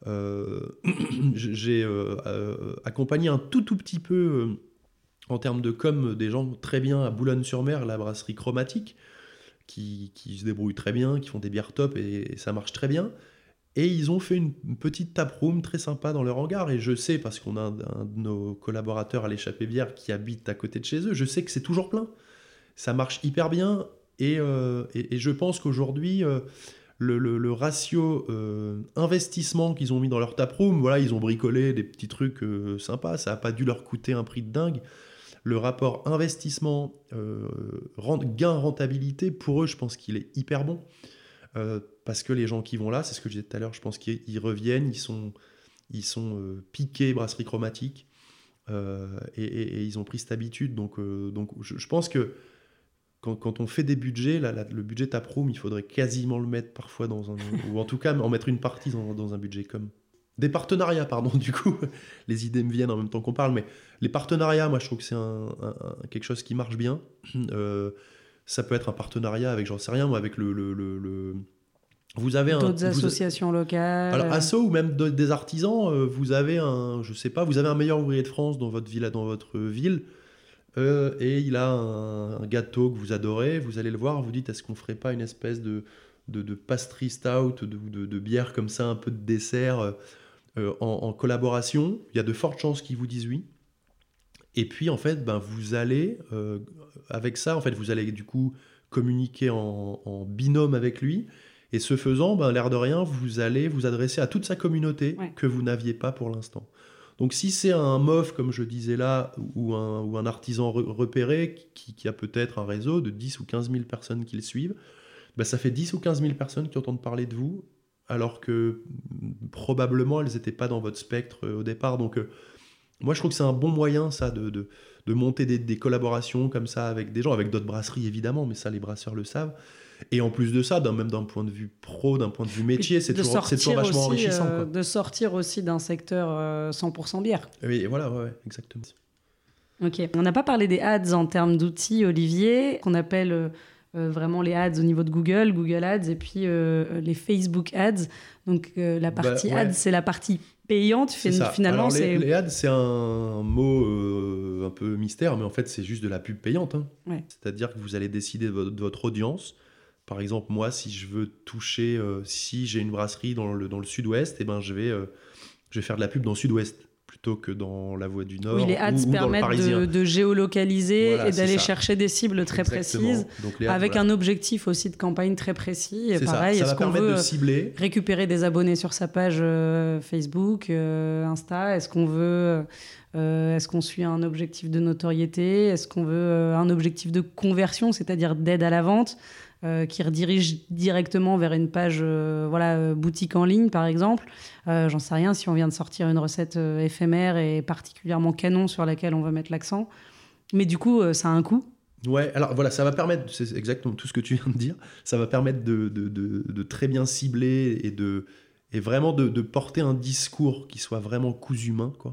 [SPEAKER 3] J'ai accompagné un tout petit peu en termes de com des gens très bien à Boulogne-sur-Mer, la brasserie Chromatique, qui se débrouillent très bien, qui font des bières top et ça marche très bien. Et ils ont fait une petite taproom très sympa dans leur hangar. Et je sais, parce qu'on a un de nos collaborateurs à l'Échappée Bière qui habite à côté de chez eux, je sais que c'est toujours plein. Ça marche hyper bien. Et je pense qu'aujourd'hui, le ratio investissement qu'ils ont mis dans leur taproom, voilà, ils ont bricolé des petits trucs sympas, ça n'a pas dû leur coûter un prix de dingue. Le rapport investissement gain rentabilité, pour eux, je pense qu'il est hyper bon, parce que les gens qui vont là, c'est ce que je disais tout à l'heure, je pense qu'ils reviennent, ils sont piqués brasserie Chromatique, et ils ont pris cette habitude, donc je pense que quand on fait des budgets, le budget taproom, il faudrait quasiment le mettre parfois ou en tout cas en mettre une partie dans un budget com. Des partenariats, pardon, du coup, les idées me viennent en même temps qu'on parle, mais les partenariats, moi je trouve que c'est quelque chose qui marche bien. Ça peut être un partenariat avec, j'en sais rien, moi, avec vous avez
[SPEAKER 2] d'autres associations locales.
[SPEAKER 3] Alors, asso ou même des artisans, vous avez vous avez un meilleur ouvrier de France dans votre ville. Et il a un gâteau que vous adorez, vous allez le voir, vous dites, est-ce qu'on ferait pas une espèce de pastry stout, de bière comme ça, un peu de dessert en collaboration. Il y a de fortes chances qu'ils vous disent oui. Et puis en fait, vous allez avec ça, en fait, vous allez du coup communiquer en binôme avec lui. Et ce faisant, l'air de rien, vous allez vous adresser à toute sa communauté que vous n'aviez pas pour l'instant. Donc si c'est un MOF, comme je disais là, ou un artisan repéré qui a peut-être un réseau de 10 ou 15 000 personnes qui le suivent, ça fait 10 ou 15 000 personnes qui entendent parler de vous, alors que probablement elles n'étaient pas dans votre spectre au départ. Donc moi je trouve que c'est un bon moyen ça de monter des collaborations comme ça avec des gens, avec d'autres brasseries évidemment, mais ça les brasseurs le savent. Et en plus de ça, même d'un point de vue pro, d'un point de vue métier, c'est toujours vachement enrichissant. Quoi.
[SPEAKER 2] De sortir aussi d'un secteur 100% bière.
[SPEAKER 3] Oui, voilà, ouais, exactement.
[SPEAKER 2] Ok, on n'a pas parlé des ads en termes d'outils, Olivier, qu'on appelle vraiment les ads au niveau de Google Ads, et puis les Facebook Ads. Donc la partie ads, c'est la partie payante. Finalement,
[SPEAKER 3] les ads, c'est un mot un peu mystère, mais en fait, c'est juste de la pub payante. Hein. Ouais. C'est-à-dire que vous allez décider de votre audience. Par exemple, moi, si je veux toucher, si j'ai une brasserie dans le sud-ouest, je vais faire de la pub dans le sud-ouest plutôt que dans la Voie du Nord.
[SPEAKER 2] Oui, les ads permettent de géolocaliser et d'aller chercher des cibles très précises, ads, avec un objectif aussi de campagne très précis. Et pareil,
[SPEAKER 3] ça va permettre de cibler.
[SPEAKER 2] Récupérer des abonnés sur sa page Facebook, Insta? Est-ce qu'on suit un objectif de notoriété? Est-ce qu'on veut un objectif de conversion, c'est-à-dire d'aide à la vente? Qui redirige directement vers une page boutique en ligne, par exemple. J'en sais rien, si on vient de sortir une recette éphémère et particulièrement canon sur laquelle on veut mettre l'accent. Mais du coup, ça a un coût.
[SPEAKER 3] Ouais, alors voilà, ça va permettre, c'est exactement tout ce que tu viens de dire, ça va permettre de très bien cibler et vraiment de porter un discours qui soit vraiment cousu main, quoi.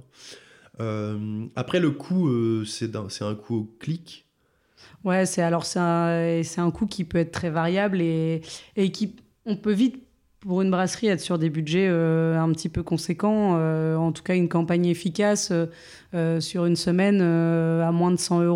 [SPEAKER 3] Après, le coût, c'est un coût au clic.
[SPEAKER 2] Ouais, c'est un coût qui peut être très variable et on peut vite, pour une brasserie, être sur des budgets un petit peu conséquents. En tout cas, une campagne efficace sur une semaine à moins de 100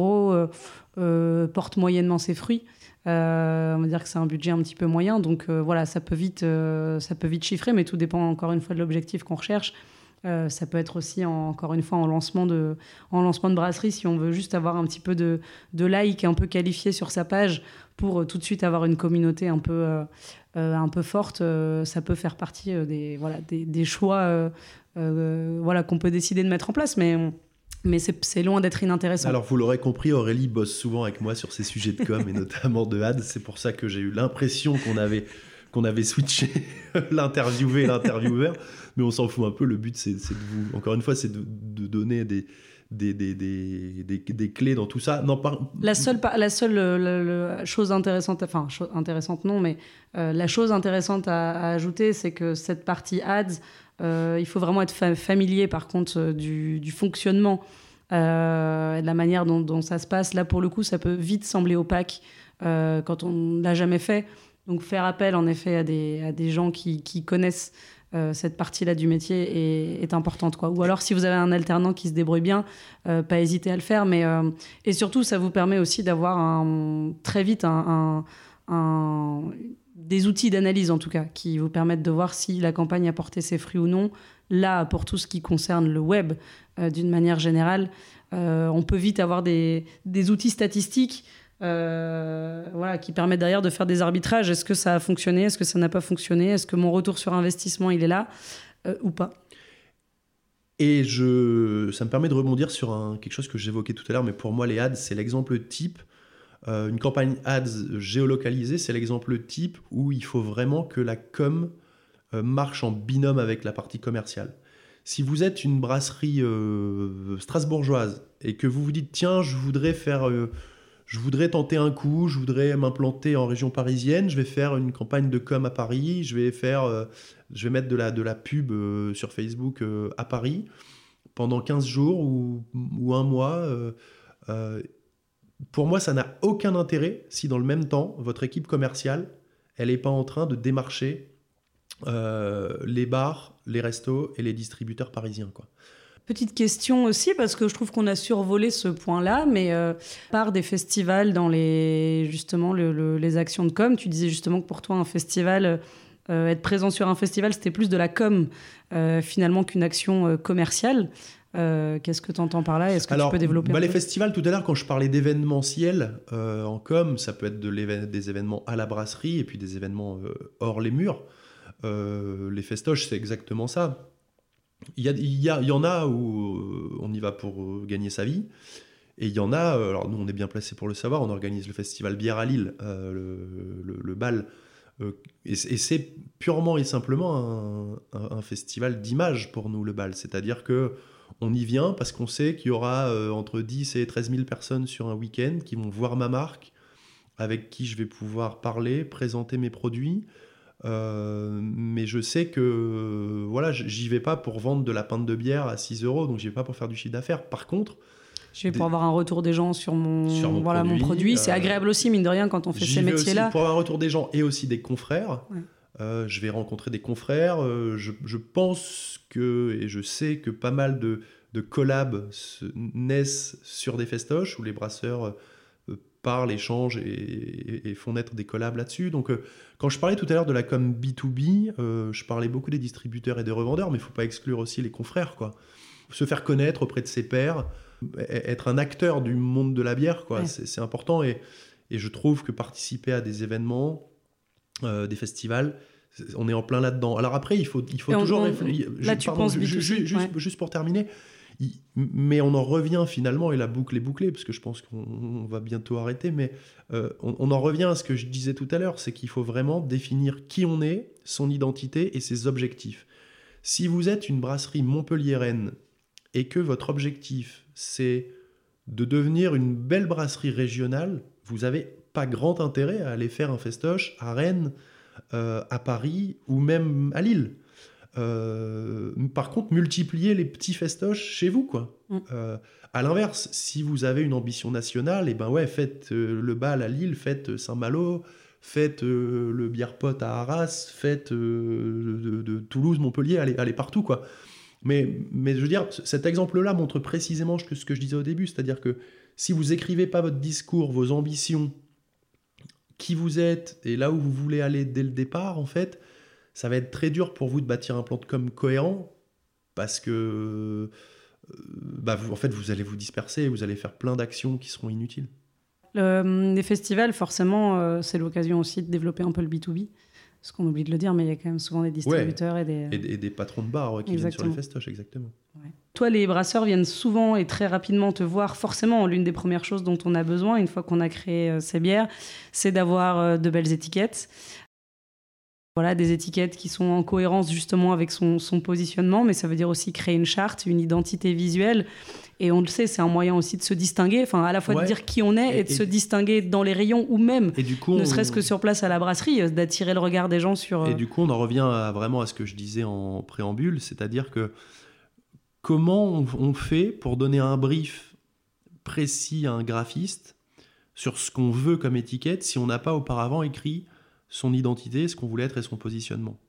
[SPEAKER 2] € porte moyennement ses fruits. On va dire que c'est un budget un petit peu moyen. Donc ça peut vite chiffrer, mais tout dépend encore une fois de l'objectif qu'on recherche. Ça peut être aussi, encore une fois, en lancement de brasserie, si on veut juste avoir un petit peu de like un peu qualifié sur sa page pour tout de suite avoir une communauté un peu forte. Ça peut faire partie des choix qu'on peut décider de mettre en place, mais c'est loin d'être inintéressant.
[SPEAKER 3] Alors, vous l'aurez compris, Aurélie bosse souvent avec moi sur ces sujets de com et notamment de ads. C'est pour ça que j'ai eu l'impression qu'on avait switché l'interviewé et l'intervieweur, mais on s'en fout un peu. Le but, c'est de vous, encore une fois, c'est de donner des clés dans tout ça. Non,
[SPEAKER 2] la seule chose intéressante, intéressante non, mais la chose intéressante à ajouter, c'est que cette partie ads, il faut vraiment être familier par contre du fonctionnement, de la manière dont ça se passe. Là, pour le coup, ça peut vite sembler opaque quand on ne l'a jamais fait. Donc faire appel en effet à des gens qui connaissent cette partie-là du métier est importante, quoi. Ou alors si vous avez un alternant qui se débrouille bien, pas hésiter à le faire. Et surtout, ça vous permet aussi d'avoir très vite des outils d'analyse, en tout cas, qui vous permettent de voir si la campagne a porté ses fruits ou non. Là, pour tout ce qui concerne le web, d'une manière générale, on peut vite avoir des outils statistiques qui permettent derrière de faire des arbitrages. Est-ce que ça a fonctionné? Est-ce que ça n'a pas fonctionné? Est-ce que mon retour sur investissement, il est là ou pas?
[SPEAKER 3] Et ça me permet de rebondir sur quelque chose que j'évoquais tout à l'heure, mais pour moi, les ads, c'est l'exemple type. Une campagne ads géolocalisée, c'est l'exemple type où il faut vraiment que la com marche en binôme avec la partie commerciale. Si vous êtes une brasserie strasbourgeoise et que vous vous dites « Tiens, je voudrais tenter un coup, je voudrais m'implanter en région parisienne, je vais faire une campagne de com à Paris, je vais mettre de la pub sur Facebook à Paris pendant 15 jours ou un mois. Pour moi, ça n'a aucun intérêt si dans le même temps, votre équipe commerciale, elle n'est pas en train de démarcher les bars, les restos et les distributeurs parisiens, quoi.
[SPEAKER 2] Petite question aussi, parce que je trouve qu'on a survolé ce point-là, mais par des festivals dans les actions de com, tu disais justement que pour toi, un festival, être présent sur un festival, c'était plus de la com finalement qu'une action commerciale. Qu'est-ce que tu entends par là ? Est-ce que tu peux développer un peu ?
[SPEAKER 3] Les festivals, tout à l'heure, quand je parlais d'événementiel en com, ça peut être des événements à la brasserie et puis des événements hors les murs. Les festoches, c'est exactement ça. Il y en a où on y va pour gagner sa vie. Et il y en a, alors nous on est bien placés pour le savoir, on organise le festival Bière à Lille, le bal. Et c'est purement et simplement un festival d'image pour nous, le bal. C'est-à-dire qu'on y vient parce qu'on sait qu'il y aura entre 10 et 13 000 personnes sur un week-end qui vont voir ma marque, avec qui je vais pouvoir parler, présenter mes produits. Mais je sais que voilà, j'y vais pas pour vendre de la pinte de bière à 6 €, donc j'y vais pas pour faire du chiffre d'affaires. Par contre,
[SPEAKER 2] je vais pour avoir un retour des gens sur mon produit. C'est agréable aussi, mine de rien, quand on fait ces métiers-là.
[SPEAKER 3] Aussi pour avoir un retour des gens et aussi des confrères. Ouais. Je vais rencontrer des confrères. Je pense et je sais que pas mal de collabs naissent sur des festoches où les brasseurs parlent, échangent et font naître des collabs là-dessus. Donc, quand je parlais tout à l'heure de la com B2B, je parlais beaucoup des distributeurs et des revendeurs, mais il ne faut pas exclure aussi les confrères, quoi. Se faire connaître auprès de ses pairs, être un acteur du monde de la bière, quoi. Ouais. C'est important. Et je trouve que participer à des événements, des festivals, on est en plein là-dedans. Alors après, il faut toujours réfléchir.
[SPEAKER 2] Là, tu penses B2C,
[SPEAKER 3] juste pour terminer. Mais on en revient finalement, et la boucle est bouclée, parce que je pense qu'on va bientôt arrêter, mais on en revient à ce que je disais tout à l'heure, c'est qu'il faut vraiment définir qui on est, son identité et ses objectifs. Si vous êtes une brasserie montpelliéraine et que votre objectif, c'est de devenir une belle brasserie régionale, vous n'avez pas grand intérêt à aller faire un festoche à Rennes, à Paris ou même à Lille. Par contre, multipliez les petits festoches chez vous, quoi. À l'inverse, si vous avez une ambition nationale, faites le bal à Lille, faites Saint-Malo, faites le bière pot à Arras, faites de Toulouse, Montpellier, allez partout, quoi. Mais je veux dire, cet exemple-là montre précisément ce que je disais au début, c'est-à-dire que si vous écrivez pas votre discours, vos ambitions, qui vous êtes et là où vous voulez aller dès le départ, en fait, ça va être très dur pour vous de bâtir un plan de com cohérent parce que vous allez vous disperser, vous allez faire plein d'actions qui seront inutiles.
[SPEAKER 2] Les festivals, forcément, c'est l'occasion aussi de développer un peu le B2B. Ce qu'on oublie de le dire, mais il y a quand même souvent des distributeurs et
[SPEAKER 3] des patrons de bar qui viennent sur les festoches, exactement.
[SPEAKER 2] Ouais. Toi, les brasseurs viennent souvent et très rapidement te voir. Forcément, l'une des premières choses dont on a besoin, une fois qu'on a créé ces bières, c'est d'avoir de belles étiquettes. Voilà, des étiquettes qui sont en cohérence justement avec son positionnement, mais ça veut dire aussi créer une charte, une identité visuelle. Et on le sait, c'est un moyen aussi de se distinguer, enfin à la fois de dire qui on est et de se distinguer dans les rayons ou même, et du coup, ne serait-ce que sur place à la brasserie, d'attirer le regard des gens sur...
[SPEAKER 3] Et du coup, on en revient vraiment à ce que je disais en préambule, c'est-à-dire que comment on fait pour donner un brief précis à un graphiste sur ce qu'on veut comme étiquette si on n'a pas auparavant écrit son identité, ce qu'on voulait être et son positionnement.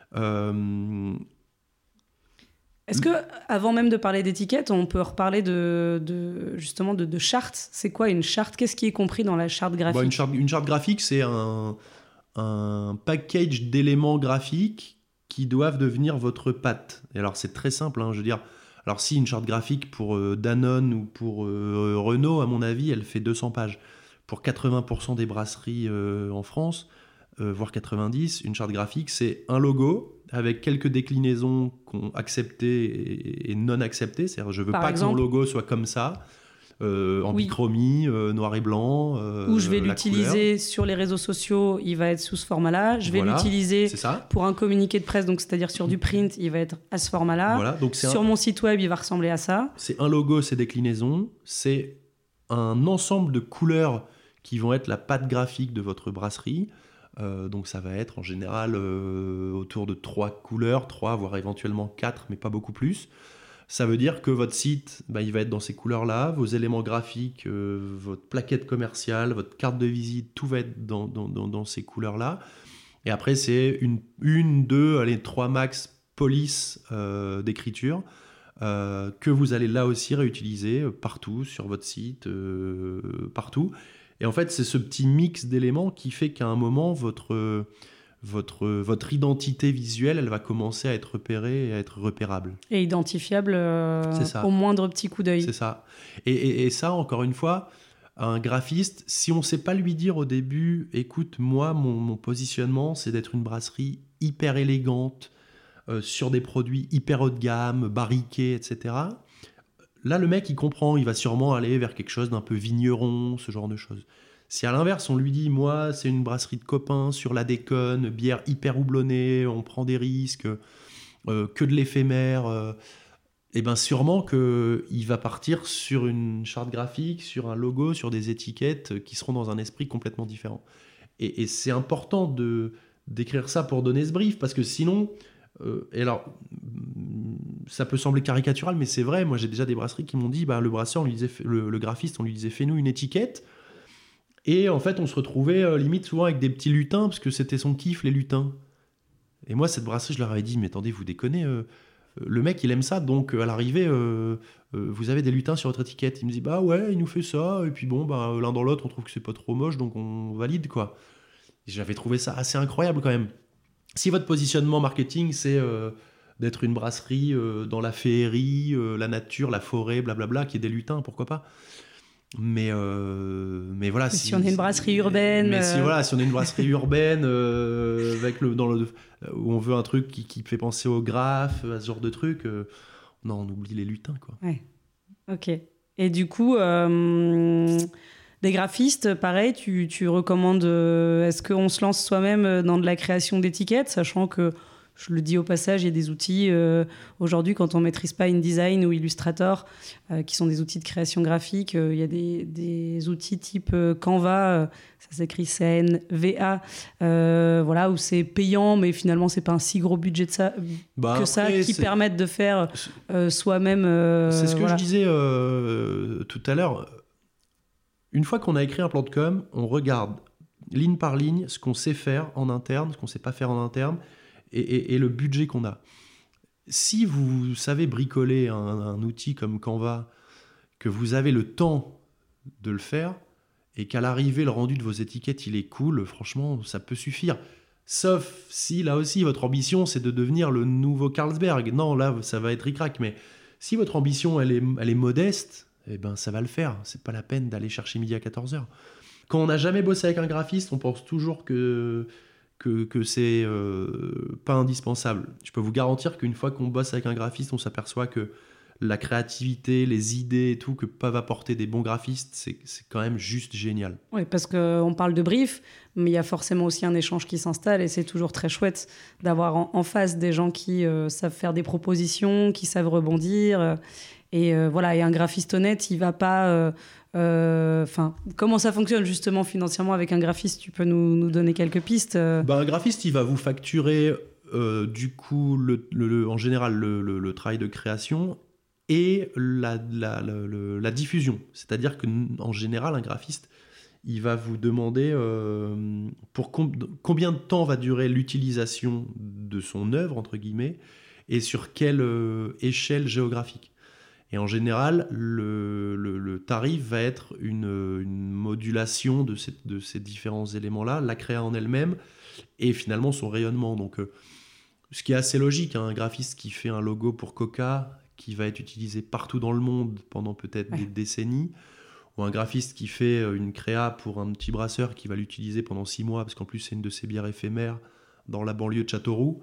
[SPEAKER 2] Est-ce que, avant même de parler d'étiquette, on peut reparler justement de charte ? C'est quoi une charte ? Qu'est-ce qui est compris dans la charte graphique ?
[SPEAKER 3] Une charte graphique, c'est un package d'éléments graphiques qui doivent devenir votre patte. Et alors, c'est très simple, je veux dire. Alors, si une charte graphique pour Danone ou pour Renault, à mon avis, elle fait 200 pages. Pour 80% des brasseries en France, voire 90, une charte graphique, c'est un logo avec quelques déclinaisons acceptées et non acceptées. C'est-à-dire, je veux pas que mon logo soit comme ça, en bichromie, noir et blanc.
[SPEAKER 2] Ou je vais l'utiliser sur les réseaux sociaux, il va être sous ce format-là. Je vais l'utiliser pour un communiqué de presse, donc c'est-à-dire sur du print, il va être à ce format-là.
[SPEAKER 3] Voilà, donc
[SPEAKER 2] sur mon site web, il va ressembler à ça.
[SPEAKER 3] C'est un logo, c'est déclinaisons, c'est un ensemble de couleurs qui vont être la patte graphique de votre brasserie. Donc ça va être en général autour de 3 couleurs, 3 voire éventuellement 4, mais pas beaucoup plus. Ça veut dire que votre site, il va être dans ces couleurs-là, vos éléments graphiques, votre plaquette commerciale, votre carte de visite, tout va être dans ces couleurs-là. Et après, c'est une 2, allez, 3 max polices d'écriture que vous allez là aussi réutiliser partout sur votre site, partout. Et en fait, c'est ce petit mix d'éléments qui fait qu'à un moment, votre votre identité visuelle, elle va commencer à être repérée et à être repérable.
[SPEAKER 2] Et identifiable
[SPEAKER 3] C'est ça.
[SPEAKER 2] au moindre petit coup d'œil.
[SPEAKER 3] C'est ça. Et ça, encore une fois, un graphiste, si on ne sait pas lui dire au début, écoute, moi, mon positionnement, c'est d'être une brasserie hyper élégante, sur des produits hyper haut de gamme, barriqués, etc. Là, le mec, il comprend, il va sûrement aller vers quelque chose d'un peu vigneron, ce genre de choses. Si à l'inverse, on lui dit, moi, c'est une brasserie de copains, sur la déconne, bière hyper houblonnée, on prend des risques, que de l'éphémère, et bien sûrement qu'il va partir sur une charte graphique, sur un logo, sur des étiquettes qui seront dans un esprit complètement différent. Et c'est important d'écrire ça pour donner ce brief, parce que sinon... et alors, ça peut sembler caricatural, mais c'est vrai. Moi, j'ai déjà des brasseries qui m'ont dit, le brasseur, le graphiste, on lui disait, fais-nous une étiquette. Et en fait, on se retrouvait limite souvent avec des petits lutins, parce que c'était son kiff, les lutins. Et moi, cette brasserie, je leur avais dit, mais attendez, vous déconnez, le mec, il aime ça, donc à l'arrivée, vous avez des lutins sur votre étiquette. Il me dit, bah ouais, il nous fait ça, et puis bon, l'un dans l'autre, on trouve que c'est pas trop moche, donc on valide, quoi. Et j'avais trouvé ça assez incroyable, quand même. Si votre positionnement marketing, c'est d'être une brasserie dans la féerie, la nature, la forêt, blablabla, qui est des lutins, pourquoi pas. Mais voilà.
[SPEAKER 2] Si on est une brasserie urbaine.
[SPEAKER 3] Mais si on est une brasserie urbaine, avec où on veut un truc qui fait penser au graphe, à ce genre de truc, non, on oublie les lutins, quoi.
[SPEAKER 2] Ouais. Ok. Et du coup, des graphistes, pareil, tu recommandes. Est-ce qu'on se lance soi-même dans de la création d'étiquettes, sachant que, je le dis au passage, il y a des outils aujourd'hui, quand on ne maîtrise pas InDesign ou Illustrator, qui sont des outils de création graphique. Il y a des outils type Canva, ça s'écrit CNVA, où c'est payant, mais finalement, ce n'est pas un si gros budget de ça, qui permettent de faire soi-même.
[SPEAKER 3] C'est ce que je disais tout à l'heure. Une fois qu'on a écrit un plan de com, on regarde ligne par ligne ce qu'on sait faire en interne, ce qu'on ne sait pas faire en interne, et le budget qu'on a. Si vous savez bricoler un outil comme Canva, que vous avez le temps de le faire, et qu'à l'arrivée, le rendu de vos étiquettes, il est cool, franchement, ça peut suffire. Sauf si, là aussi, votre ambition, c'est de devenir le nouveau Carlsberg. Non, là, ça va être ric-rac, mais si votre ambition, elle est modeste, eh ben, ça va le faire. C'est pas la peine d'aller chercher midi à 14h. Quand on n'a jamais bossé avec un graphiste, on pense toujours que c'est pas indispensable. Je peux vous garantir qu'une fois qu'on bosse avec un graphiste, on s'aperçoit que la créativité, les idées et tout que peuvent apporter des bons graphistes, c'est quand même juste génial.
[SPEAKER 2] Oui, parce qu'on parle de brief, mais il y a forcément aussi un échange qui s'installe, et c'est toujours très chouette d'avoir en face des gens qui savent faire des propositions, qui savent rebondir. Et un graphiste honnête, il va pas... comment ça fonctionne justement financièrement avec un graphiste? Tu peux nous donner quelques pistes?
[SPEAKER 3] Un graphiste, il va vous facturer du coup en général le travail de création et la diffusion. C'est-à-dire qu'en général, un graphiste, il va vous demander pour combien de temps va durer l'utilisation de son œuvre, entre guillemets, et sur quelle échelle géographique. Et en général, le tarif va être une modulation de ces différents éléments-là, la créa en elle-même et finalement son rayonnement. Donc, ce qui est assez logique, un graphiste qui fait un logo pour Coca, qui va être utilisé partout dans le monde pendant peut-être des décennies, ou un graphiste qui fait une créa pour un petit brasseur qui va l'utiliser pendant 6 mois, parce qu'en plus c'est une de ses bières éphémères dans la banlieue de Châteauroux,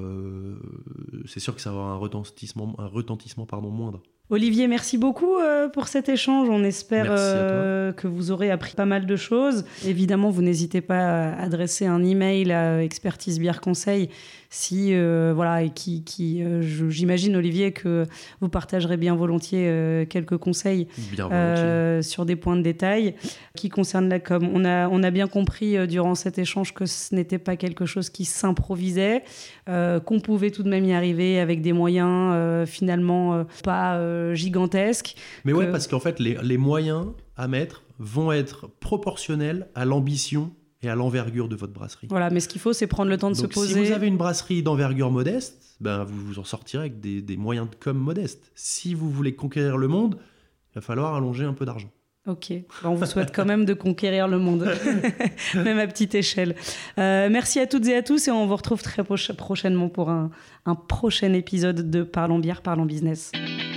[SPEAKER 3] c'est sûr que ça va avoir un retentissement moindre.
[SPEAKER 2] Olivier, merci beaucoup pour cet échange. On espère que vous aurez appris pas mal de choses. Évidemment, vous n'hésitez pas à adresser un email à Expertise Bière Conseil si j'imagine, Olivier, que vous partagerez bien volontiers quelques conseils sur des points de détail qui concernent la com. On a bien compris durant cet échange que ce n'était pas quelque chose qui s'improvisait, qu'on pouvait tout de même y arriver avec des moyens finalement pas gigantesques.
[SPEAKER 3] Mais ouais, parce qu'en fait, les moyens à mettre vont être proportionnels à l'ambition et à l'envergure de votre brasserie.
[SPEAKER 2] Voilà, mais ce qu'il faut, c'est prendre le temps de se poser.
[SPEAKER 3] Si vous avez une brasserie d'envergure modeste, vous vous en sortirez avec des moyens de com modestes. Si vous voulez conquérir le monde, il va falloir allonger un peu d'argent.
[SPEAKER 2] Ok, on vous souhaite quand même de conquérir le monde, même à petite échelle. Merci à toutes et à tous et on vous retrouve très prochainement pour un prochain épisode de Parlons bière, Parlons business.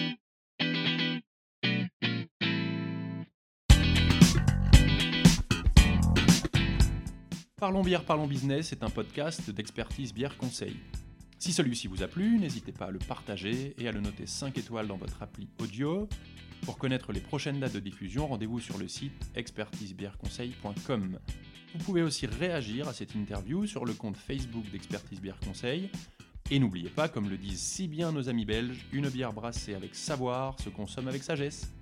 [SPEAKER 1] Parlons bière, Parlons business est un podcast d'Expertise Bière Conseil. Si celui-ci vous a plu, n'hésitez pas à le partager et à le noter 5 étoiles dans votre appli audio. Pour connaître les prochaines dates de diffusion, rendez-vous sur le site expertisebièreconseil.com. Vous pouvez aussi réagir à cette interview sur le compte Facebook d'Expertise Bière Conseil. Et n'oubliez pas, comme le disent si bien nos amis belges, une bière brassée avec savoir se consomme avec sagesse.